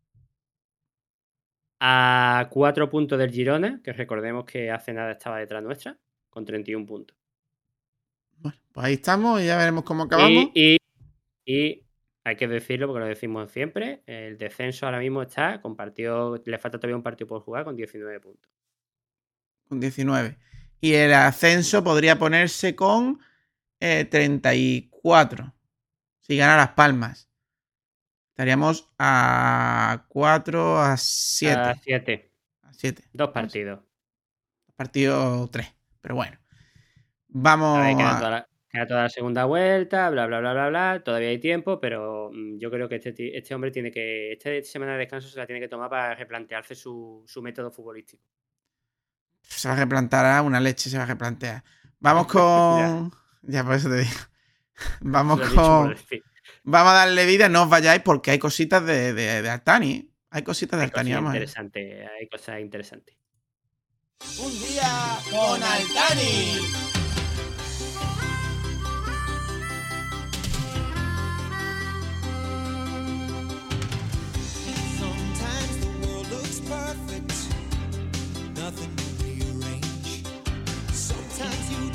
A cuatro puntos del Girona, que recordemos que hace nada estaba detrás nuestra, con treinta y un puntos. Bueno, pues ahí estamos y ya veremos cómo acabamos. Y, y, y hay que decirlo porque lo decimos siempre, el descenso ahora mismo está con partido, le falta todavía un partido por jugar con diecinueve puntos. Con diecinueve. Y el ascenso podría ponerse con eh, treinta y cuatro. Si gana Las Palmas. Estaríamos a cuatro, a siete. A siete. A siete. Dos partidos. Partido tres. Pero bueno. Vamos A ver, queda a- toda, la, queda toda la segunda vuelta, bla, bla, bla, bla, bla. Todavía hay tiempo, pero mm, yo creo que este, ti- este hombre tiene que. Esta semana de descanso se la tiene que tomar para replantearse su, su método futbolístico. Se va a replantar a una leche, se va a replantear. Vamos con. ya. por eso te digo. Vamos Lo he dicho por con. decir. Vamos a darle vida, no os vayáis porque hay cositas de, de, de Altani. ¿eh? Hay cositas de Hay Altani. cosas Vamos a ver. interesantes. Hay cosas interesantes. Un día con Altani.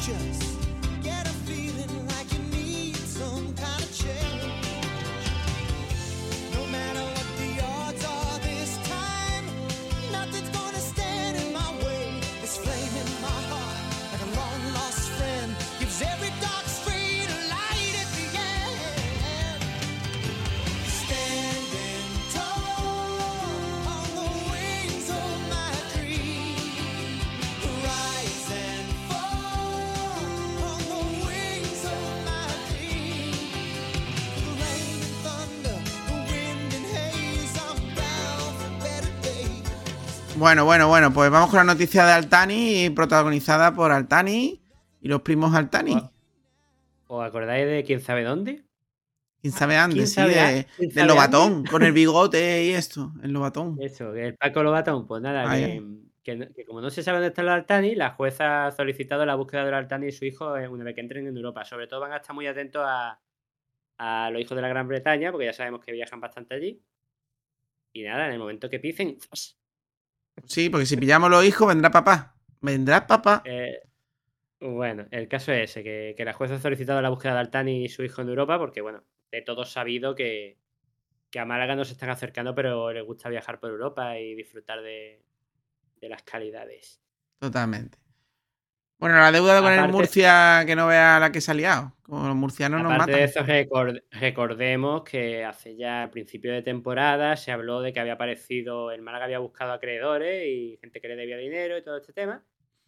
Bueno, bueno, bueno, pues vamos con la noticia de Altani, protagonizada por Altani y los primos Altani. ¿Os acordáis de quién sabe dónde? ¿Quién sabe dónde? ¿Quién Sí, sabe a- de, quién del sabe Lobatón, dónde? con el bigote y esto, el Lobatón. Eso, que el Paco Lobatón, pues nada, Ahí. que, que no- que como no se sabe dónde está el Altani, la jueza ha solicitado la búsqueda del Altani y su hijo eh, una vez que entren en Europa. Sobre todo van a estar muy atentos a, a los hijos de la Gran Bretaña, porque ya sabemos que viajan bastante allí. Y nada, en el momento que pisen, ¡zas! Sí, porque si pillamos los hijos, vendrá papá. Vendrá papá. Eh, bueno, el caso es ese, que, que la jueza ha solicitado la búsqueda de Altani y su hijo en Europa, porque bueno, de todos sabido que, que a Málaga no se están acercando, pero les gusta viajar por Europa y disfrutar de, de las calidades. Totalmente. Bueno, la deuda con el Aparte- Murcia, que no vea la que se ha liado. Como los murcianos nos Aparte matan. de eso, record- recordemos que hace ya a principio de temporada se habló de que había aparecido, el Málaga había buscado acreedores y gente que le debía dinero y todo este tema.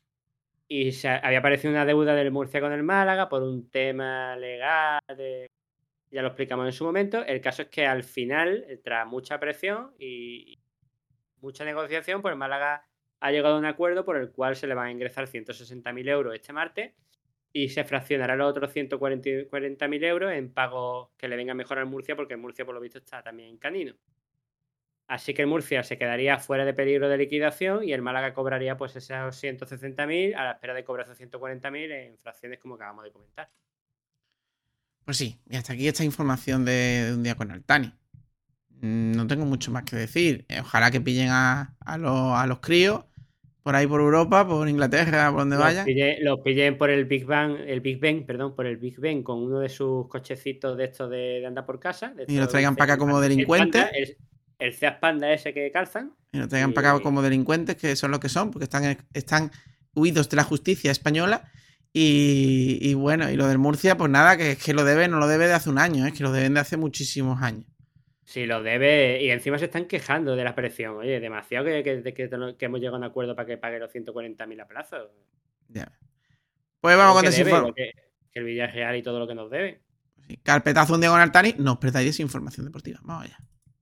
Y se ha- había aparecido una deuda del Murcia con el Málaga por un tema legal, de- ya lo explicamos en su momento. El caso es que al final, tras mucha presión y y mucha negociación, pues el Málaga ha llegado a un acuerdo por el cual se le van a ingresar ciento sesenta mil euros este martes y se fraccionará los otros ciento cuarenta mil euros en pagos que le vengan mejor al Murcia, porque el Murcia por lo visto está también en canino. Así que el Murcia se quedaría fuera de peligro de liquidación y el Málaga cobraría pues esos ciento sesenta mil a la espera de cobrar esos ciento cuarenta mil en fracciones como acabamos de comentar. Pues sí, y hasta aquí esta información de, de un día con Altani. Mm, No tengo mucho más que decir. Eh, Ojalá que pillen a, a, los, a los críos por ahí por Europa, por Inglaterra, por donde Los vayan. pillé- Los pillen por el Big Bang, el Big Ben, perdón, por el Big Ben con uno de sus cochecitos de estos de, de andar por casa. de Y los estos traigan dulces, para acá el como Panda- delincuentes. El, Panda, el, el Seat Panda ese que calzan. Y nos traigan Y- para acá como delincuentes, que son lo que son, porque están, están huidos de la justicia española. Y, y bueno, y lo del Murcia, pues nada, que es que lo debe, no lo debe de hace un año, es que lo deben de hace muchísimos años. Sí, lo debe. Y encima se están quejando de la presión. Oye, demasiado que, que, que, que hemos llegado a un acuerdo para que pague los ciento cuarenta mil a plazo. Ya. Pues vamos con Lo que debe, desinformación. lo que, que el Villarreal y todo lo que nos debe. Carpetazo un día con Altani, no os perdáis desinformación deportiva. Vamos allá.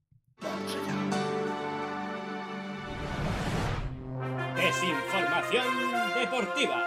Desinformación deportiva.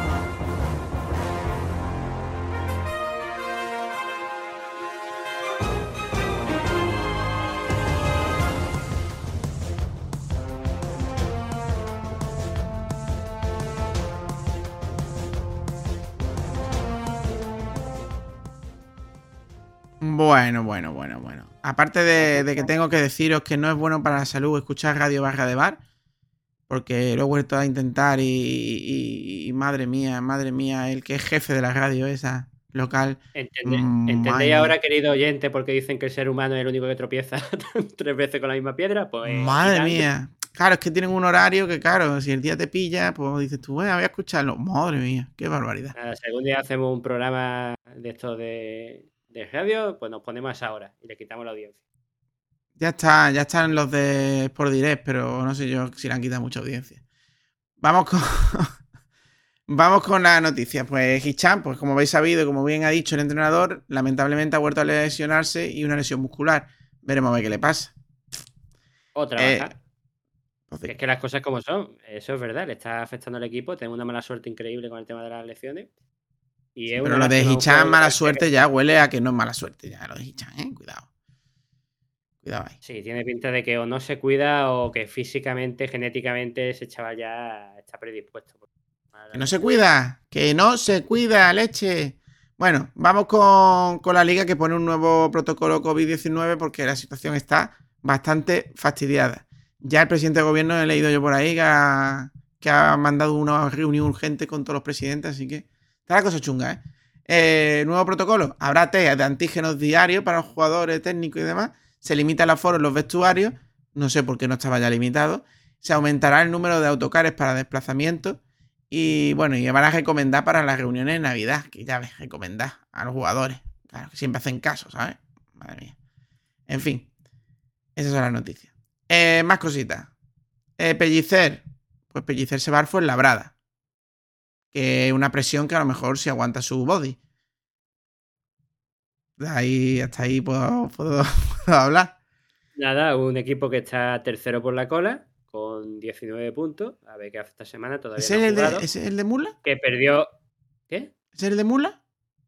Bueno, bueno, bueno, bueno. Aparte de, de que tengo que deciros que no es bueno para la salud escuchar Radio Barra de Bar, porque lo he vuelto a intentar y, y- y madre mía, madre mía, el que es jefe de la radio esa local. Entende- Mm, ¿Entendéis madre ahora, mía. querido oyente, porque dicen que el ser humano es el único que tropieza tres veces con la misma piedra? Pues Madre quitando- mía. Claro, es que tienen un horario que, claro, si el día te pilla, pues dices tú, bueno, voy a escucharlo. Madre mía, qué barbaridad. Nada, si algún día hacemos un programa de esto de, de radio, pues nos ponemos a esa hora y le quitamos la audiencia. Ya está, ya están los de Sport Direct, pero no sé yo si le han quitado mucha audiencia. Vamos con. Vamos con la noticia. Pues Hicham, pues como habéis sabido y como bien ha dicho el entrenador, lamentablemente ha vuelto a lesionarse y una lesión muscular. Veremos a ver qué le pasa. Otra Eh, baja. Entonces, Es que las cosas como son, eso es verdad, le está afectando al equipo, tenemos una mala suerte increíble con el tema de las lesiones. Y es pero una lo de lástima un Hicham, juego mala que- suerte, ya huele a que no es mala suerte. Ya, lo de Hicham, eh. Cuidado. Cuidado ahí. Sí, tiene pinta de que o no se cuida o que físicamente, genéticamente, ese chaval ya está predispuesto. Que no se cuida, que no se cuida, leche. Bueno, vamos con, con la liga que pone un nuevo protocolo COVID diecinueve porque la situación está bastante fastidiada. Ya el presidente de gobierno, he leído yo por ahí, que ha, que ha mandado una reunión urgente con todos los presidentes, así que Está la cosa chunga, ¿eh? Eh, nuevo protocolo. Habrá test de antígenos diarios para los jugadores técnicos y demás. Se limita el aforo en los vestuarios. No sé por qué no estaba ya limitado. Se aumentará el número de autocares para desplazamiento. Y bueno, y van a recomendar para las reuniones de Navidad. Que ya ves, recomendar a los jugadores. Claro, que siempre hacen caso, ¿sabes? Madre mía. En fin. Esas son las noticias. Eh, más cositas. Eh, Pellicer. Pues Pellicer se va al Fuenlabrada. Que es una presión que a lo mejor si aguanta su body. De ahí, hasta ahí puedo, puedo, puedo hablar. Nada, un equipo que está tercero por la cola, con diecinueve puntos. A ver qué hace esta semana, todavía ¿Ese no ha es el de, jugado. ¿ese es el de Mula? Que perdió... ¿Qué? ¿Ese es el de Mula?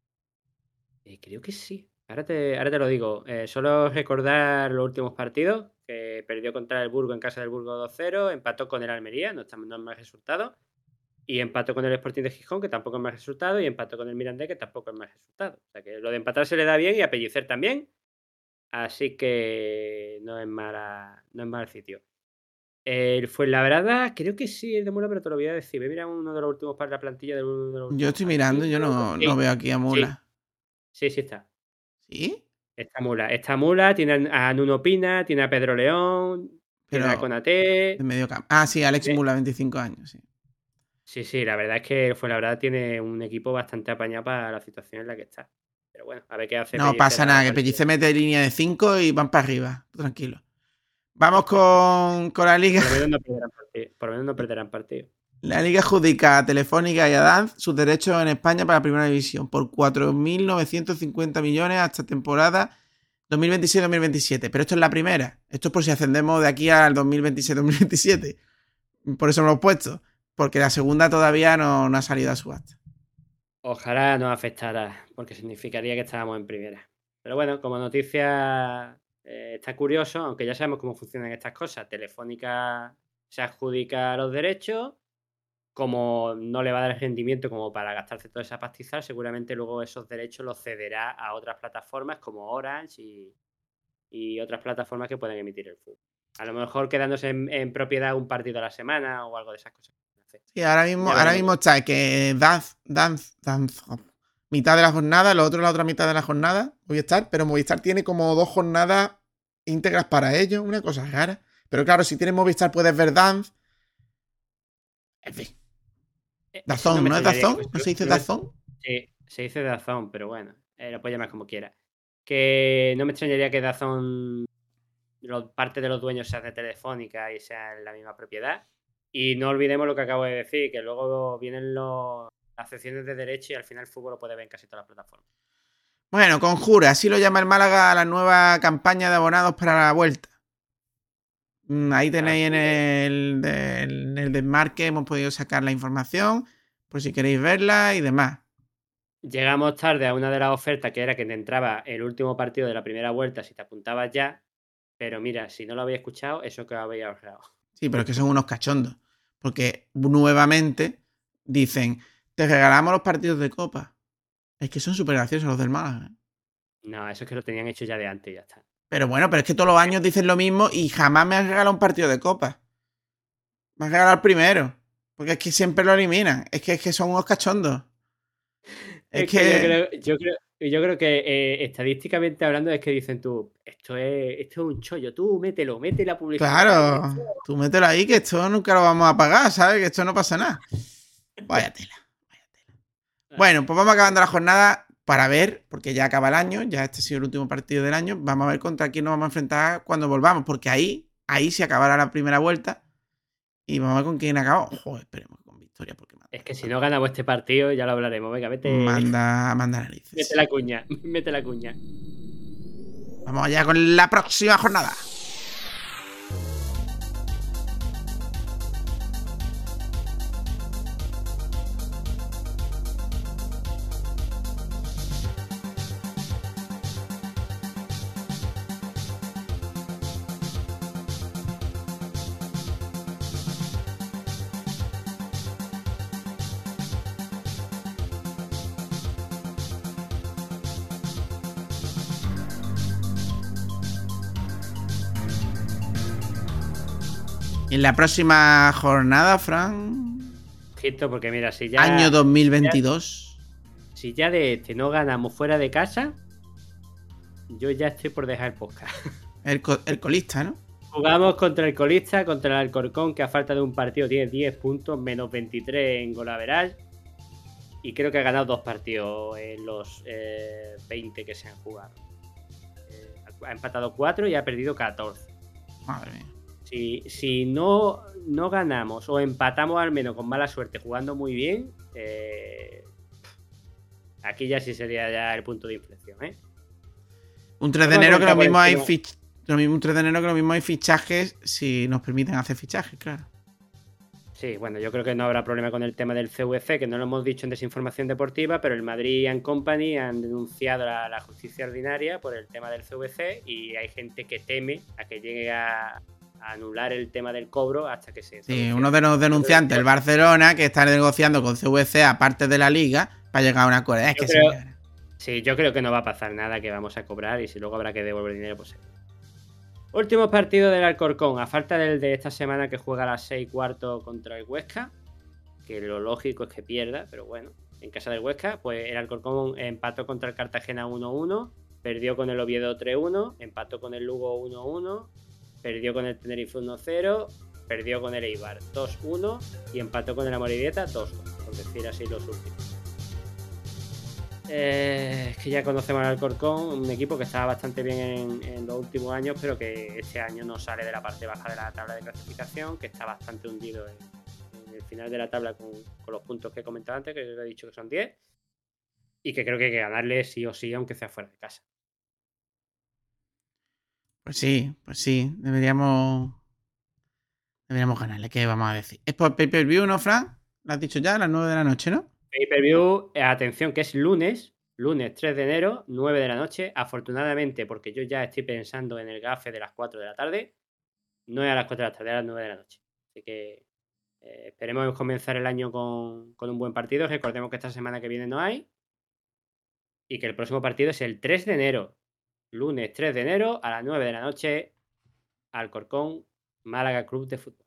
Eh, creo que sí. Ahora te, ahora te lo digo. Eh, solo recordar los últimos partidos. Que perdió contra el Burgo en casa del Burgo dos cero. Empató con el Almería, no está no es mal resultado. Y empató con el Sporting de Gijón, que tampoco es mal resultado. Y empató con el Mirandés, que tampoco es mal resultado. O sea que lo de empatar se le da bien y a Pellicer también. Así que no es mala, no es mal sitio. El Fuenlabrada, creo que sí, el de Mula, pero te lo voy a decir. Voy a mirar uno de los últimos para la plantilla de uno de los Yo estoy mirando, yo no, Sí. no veo aquí a Mula. Sí, sí está. ¿Sí? Está Mula. Está Mula, tiene a Nuno Pina, tiene a Pedro León, tiene Pero a Konaté. de medio campo. Ah, sí, Alex Sí. Mula, veinticinco años, sí. Sí, sí, la verdad es que el Fuenlabrada tiene un equipo bastante apañado para la situación en la que está. Pero bueno, a ver qué hace. No Pellicer pasa a nada, que partir- Pellicer mete línea de cinco y van para arriba. Tú tranquilo. Vamos con, con la liga. Por lo menos no perderán partido. Por lo menos no perderán partido. La liga adjudica a Telefónica y a Danz sus derechos en España para la primera división por cuatro mil novecientos cincuenta millones hasta temporada dos mil veintiséis dos mil veintisiete. Pero esto es la primera. Esto es por si ascendemos de aquí al dos mil veintiséis dos mil veintisiete. Por eso me lo he puesto. Porque la segunda todavía no, no ha salido a subasta. Ojalá nos afectara, porque significaría que estábamos en primera. Pero bueno, como noticia eh, está curioso, aunque ya sabemos cómo funcionan estas cosas. Telefónica se adjudica los derechos, como no le va a dar el rendimiento como para gastarse toda esa pastizal, seguramente luego esos derechos los cederá a otras plataformas como Orange y, y otras plataformas que pueden emitir el fútbol. A lo mejor quedándose en, en propiedad un partido a la semana o algo de esas cosas. Sí, ahora mismo, Ya ahora veremos. mismo está que Danz, Danz, Danz, mitad de la jornada, lo otro la otra mitad de la jornada, Movistar, pero Movistar tiene como dos jornadas íntegras para ellos, una cosa rara. Pero claro, si tienes Movistar puedes ver Danz. En fin. Eh, eso Dazón, me ¿no es extrañaría Dazón? que ¿No fuese- se dice no me- Dazón? Sí, se dice Dazón, pero bueno, eh, lo puedes llamar como quiera. Que no me extrañaría que Dazón, lo- parte de los dueños sean de Telefónica y sean la misma propiedad. Y no olvidemos lo que acabo de decir, que luego vienen los, las secciones de derecho y al final el fútbol lo puede ver en casi todas las plataformas. Bueno, conjura, así lo llama el Málaga a la nueva campaña de abonados para la vuelta. Mm, Ahí tenéis en el, de- en el desmarque, hemos podido sacar la información, por si queréis verla y demás. Llegamos tarde a una de las ofertas que era que te entraba el último partido de la primera vuelta si te apuntabas ya. Pero mira, si no lo habéis escuchado, eso que os habéis ahorrado. Sí, pero es que son unos cachondos. Porque nuevamente dicen, te regalamos los partidos de Copa. Es que son súper graciosos los del Málaga. ¿eh? No, eso es que lo tenían hecho ya de antes y ya está. Pero bueno, pero es que todos los años dicen lo mismo y jamás me han regalado un partido de Copa. Me han regalado el primero. Porque es que siempre lo eliminan. Es que, es que son unos cachondos. Es, Es que... que yo creo, yo creo, yo creo que eh, estadísticamente hablando es que dicen tú, esto es, esto es un chollo, tú mételo, mete la publicidad. Claro, tú mételo ahí que esto nunca lo vamos a pagar, ¿sabes? Que esto no pasa nada. Vaya tela, vaya tela. Bueno, pues vamos acabando la jornada para ver, porque ya acaba el año, ya este ha sido el último partido del año, vamos a ver contra quién nos vamos a enfrentar cuando volvamos, porque ahí, ahí se acabará la primera vuelta y vamos a ver con quién acabó. Joder, esperemos con victoria, porque manda, Es que si no ganamos este partido ya lo hablaremos. Venga, vete, manda, manda narices. mete la cuña, mete la cuña. Vamos allá con la próxima jornada. En la próxima jornada, Fran, Ojito, porque mira, si ya. año dos mil veintidós. si ya de este no ganamos fuera de casa, yo ya estoy por dejar el podcast. El, co el colista, ¿no? Jugamos contra el colista, contra el Alcorcón, que a falta de un partido tiene diez puntos, menos veintitrés en golaveral. Y creo que ha ganado dos partidos en los eh, veinte que se han jugado. Eh, ha empatado cuatro y ha perdido catorce. Madre mía. Si, si no, no ganamos o empatamos al menos con mala suerte jugando muy bien, eh, aquí ya sí sería ya el punto de inflexión, ¿eh? Un tres de enero que lo mismo hay fich lo mismo un tres de enero que lo mismo hay fichajes si nos permiten hacer fichajes, claro. Sí, bueno, yo creo que no habrá problema con el tema del C V C, que no lo hemos dicho en Desinformación Deportiva, pero el Madrid and Company han denunciado a la justicia ordinaria por el tema del C V C y hay gente que teme a que llegue a, a anular el tema del cobro hasta que se... Sí, uno de los denunciantes, el Barcelona, que está negociando con C V C aparte de la Liga para llegar a un acuerdo. Es que creo, sí, sí, yo creo que no va a pasar nada, que vamos a cobrar y si luego habrá que devolver dinero, pues... Último partido del Alcorcón, a falta del de esta semana que juega a las seis y cuarto contra el Huesca, que lo lógico es que pierda, pero bueno, en casa del Huesca, pues el Alcorcón empató contra el Cartagena uno uno, perdió con el Oviedo tres uno, empató con el Lugo uno uno, perdió con el Tenerife uno cero, perdió con el Eibar dos uno y empató con el Amorebieta dos uno, por decir así los últimos. Eh, es que ya conocemos al Alcorcón, un equipo que estaba bastante bien en, en los últimos años, pero que este año no sale de la parte baja de la tabla de clasificación, que está bastante hundido en, en el final de la tabla con, con los puntos que he comentado antes, que he dicho que son diez, y que creo que hay que ganarle sí o sí, aunque sea fuera de casa. Pues sí, pues sí, deberíamos deberíamos ganarle, ¿qué vamos a decir? Es por pay-per-view, ¿no, Fran? Lo has dicho ya, a las nueve de la noche, ¿no? Pay-per-view, atención, que es lunes, lunes tres de enero, nueve de la noche. Afortunadamente, porque yo ya estoy pensando en el gafe de las cuatro de la tarde, no es a las cuatro de la tarde, es a las nueve de la noche. Así que eh, esperemos comenzar el año con, con un buen partido. Recordemos que esta semana que viene no hay. Y que el próximo partido es el tres de enero, lunes tres de enero, a las nueve de la noche, Alcorcón, Málaga Club de Fútbol.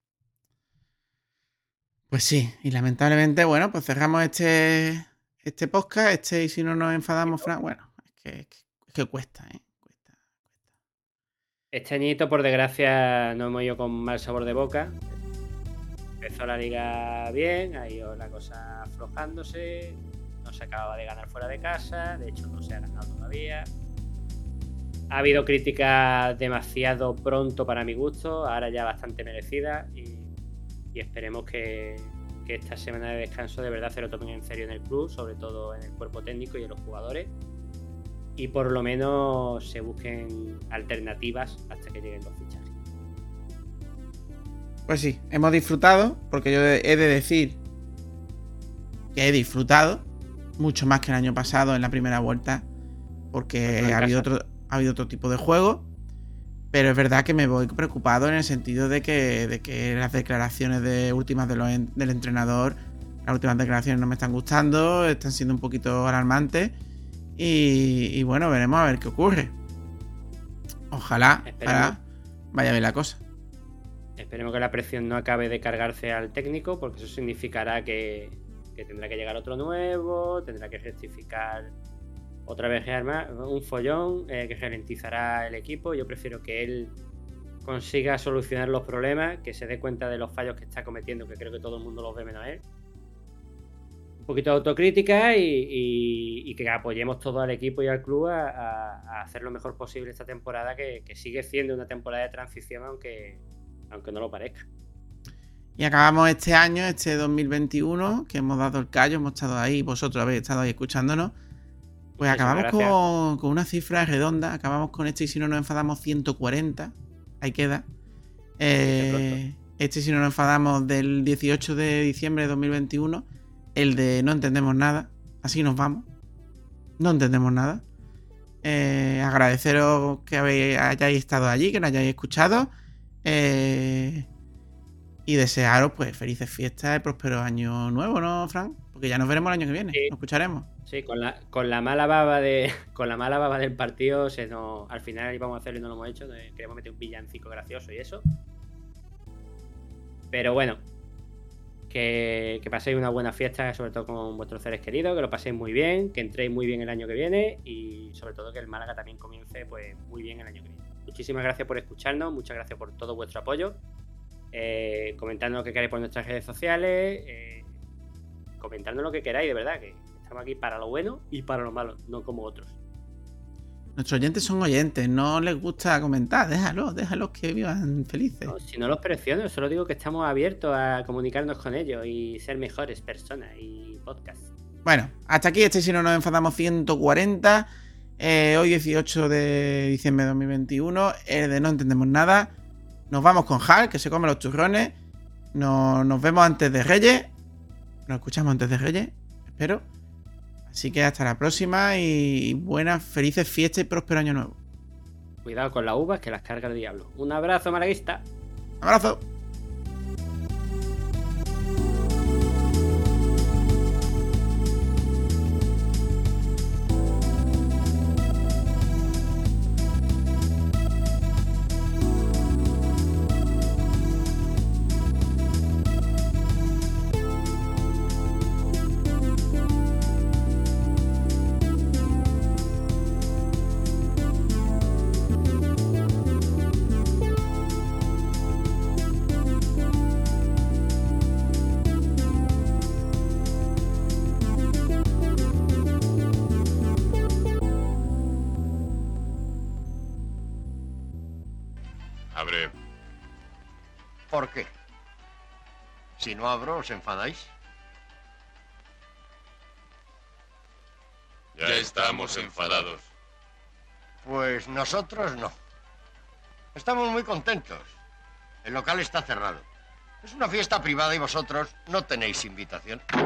Pues sí, y lamentablemente, bueno, pues cerramos este, este podcast, este y si no nos enfadamos, Fran, bueno, es que, es que, es que cuesta, ¿eh? Cuesta, cuesta. Este añito, por desgracia, no hemos ido con mal sabor de boca. Empezó la liga bien, ha ido la cosa aflojándose, no se acababa de ganar fuera de casa, de hecho no se ha ganado todavía. Ha habido críticas demasiado pronto para mi gusto, ahora ya bastante merecidas y Y esperemos que, que esta semana de descanso de verdad se lo tomen en serio en el club, sobre todo en el cuerpo técnico y en los jugadores. Y por lo menos se busquen alternativas hasta que lleguen los fichajes. Pues sí, hemos disfrutado, porque yo he de decir que he disfrutado mucho más que el año pasado en la primera vuelta, porque ha habido, otro, ha habido otro tipo de juego. Pero es verdad que me voy preocupado en el sentido de que, de que las declaraciones de últimas de los, del entrenador, las últimas declaraciones no me están gustando, están siendo un poquito alarmantes. Y, y bueno, veremos a ver qué ocurre. Ojalá, ojalá vaya bien la cosa. Esperemos que la presión no acabe de cargarse al técnico, porque eso significará que, que tendrá que llegar otro nuevo, tendrá que rectificar otra vez un follón eh, que ralentizará el equipo. Yo prefiero que él consiga solucionar los problemas, que se dé cuenta de los fallos que está cometiendo, que creo que todo el mundo los ve menos él. Un poquito de autocrítica y, y, y que apoyemos todo al equipo y al club a, a, a hacer lo mejor posible esta temporada, que, que sigue siendo una temporada de transición, aunque, aunque no lo parezca. Y acabamos este año, este dos mil veintiuno, que hemos dado el callo, hemos estado ahí, vosotros habéis estado ahí escuchándonos. Pues acabamos con, con una cifra redonda, acabamos con este y si no nos enfadamos ciento cuarenta, ahí queda. Eh, este y si no nos enfadamos del dieciocho de diciembre de dos mil veintiuno, el de no entendemos nada, así nos vamos, no entendemos nada. Eh, agradeceros que habéis, hayáis estado allí, que nos hayáis escuchado eh, y desearos pues felices fiestas y próspero año nuevo, ¿no, Fran? Porque ya nos veremos el año que viene, sí. Nos escucharemos. Sí, con la, con la mala baba de con la mala baba del partido se nos, al final íbamos a hacerlo y no lo hemos hecho. Queremos meter un villancico gracioso y eso. Pero bueno, Que, que paséis una buena fiesta, sobre todo con vuestros seres queridos, que lo paséis muy bien, que entréis muy bien el año que viene y sobre todo que el Málaga también comience pues muy bien el año que viene. Muchísimas gracias por escucharnos, muchas gracias por todo vuestro apoyo. Eh, comentadnos lo que queráis por nuestras redes sociales, eh, comentadnos lo que queráis, de verdad, que estamos aquí para lo bueno y para lo malo, no como otros. Nuestros oyentes son oyentes, no les gusta comentar, déjalos, déjalos que vivan felices. No, si no los presiono, solo digo que estamos abiertos a comunicarnos con ellos y ser mejores personas y podcast. Bueno, hasta aquí este Si No Nos Enfadamos ciento cuarenta, eh, hoy dieciocho de diciembre de dos mil veintiuno, el de No Entendemos Nada. Nos vamos con Hal, que se come los turrones, nos, nos vemos antes de Reyes, nos escuchamos antes de Reyes, espero. Así que hasta la próxima y buenas, felices fiestas y próspero año nuevo. Cuidado con las uvas que las carga el diablo. Un abrazo, malaguista. Un abrazo. Abre. ¿Por qué? Si no abro, ¿os enfadáis? Ya estamos enfadados. Pues nosotros no. Estamos muy contentos. El local está cerrado. Es una fiesta privada y vosotros no tenéis invitación.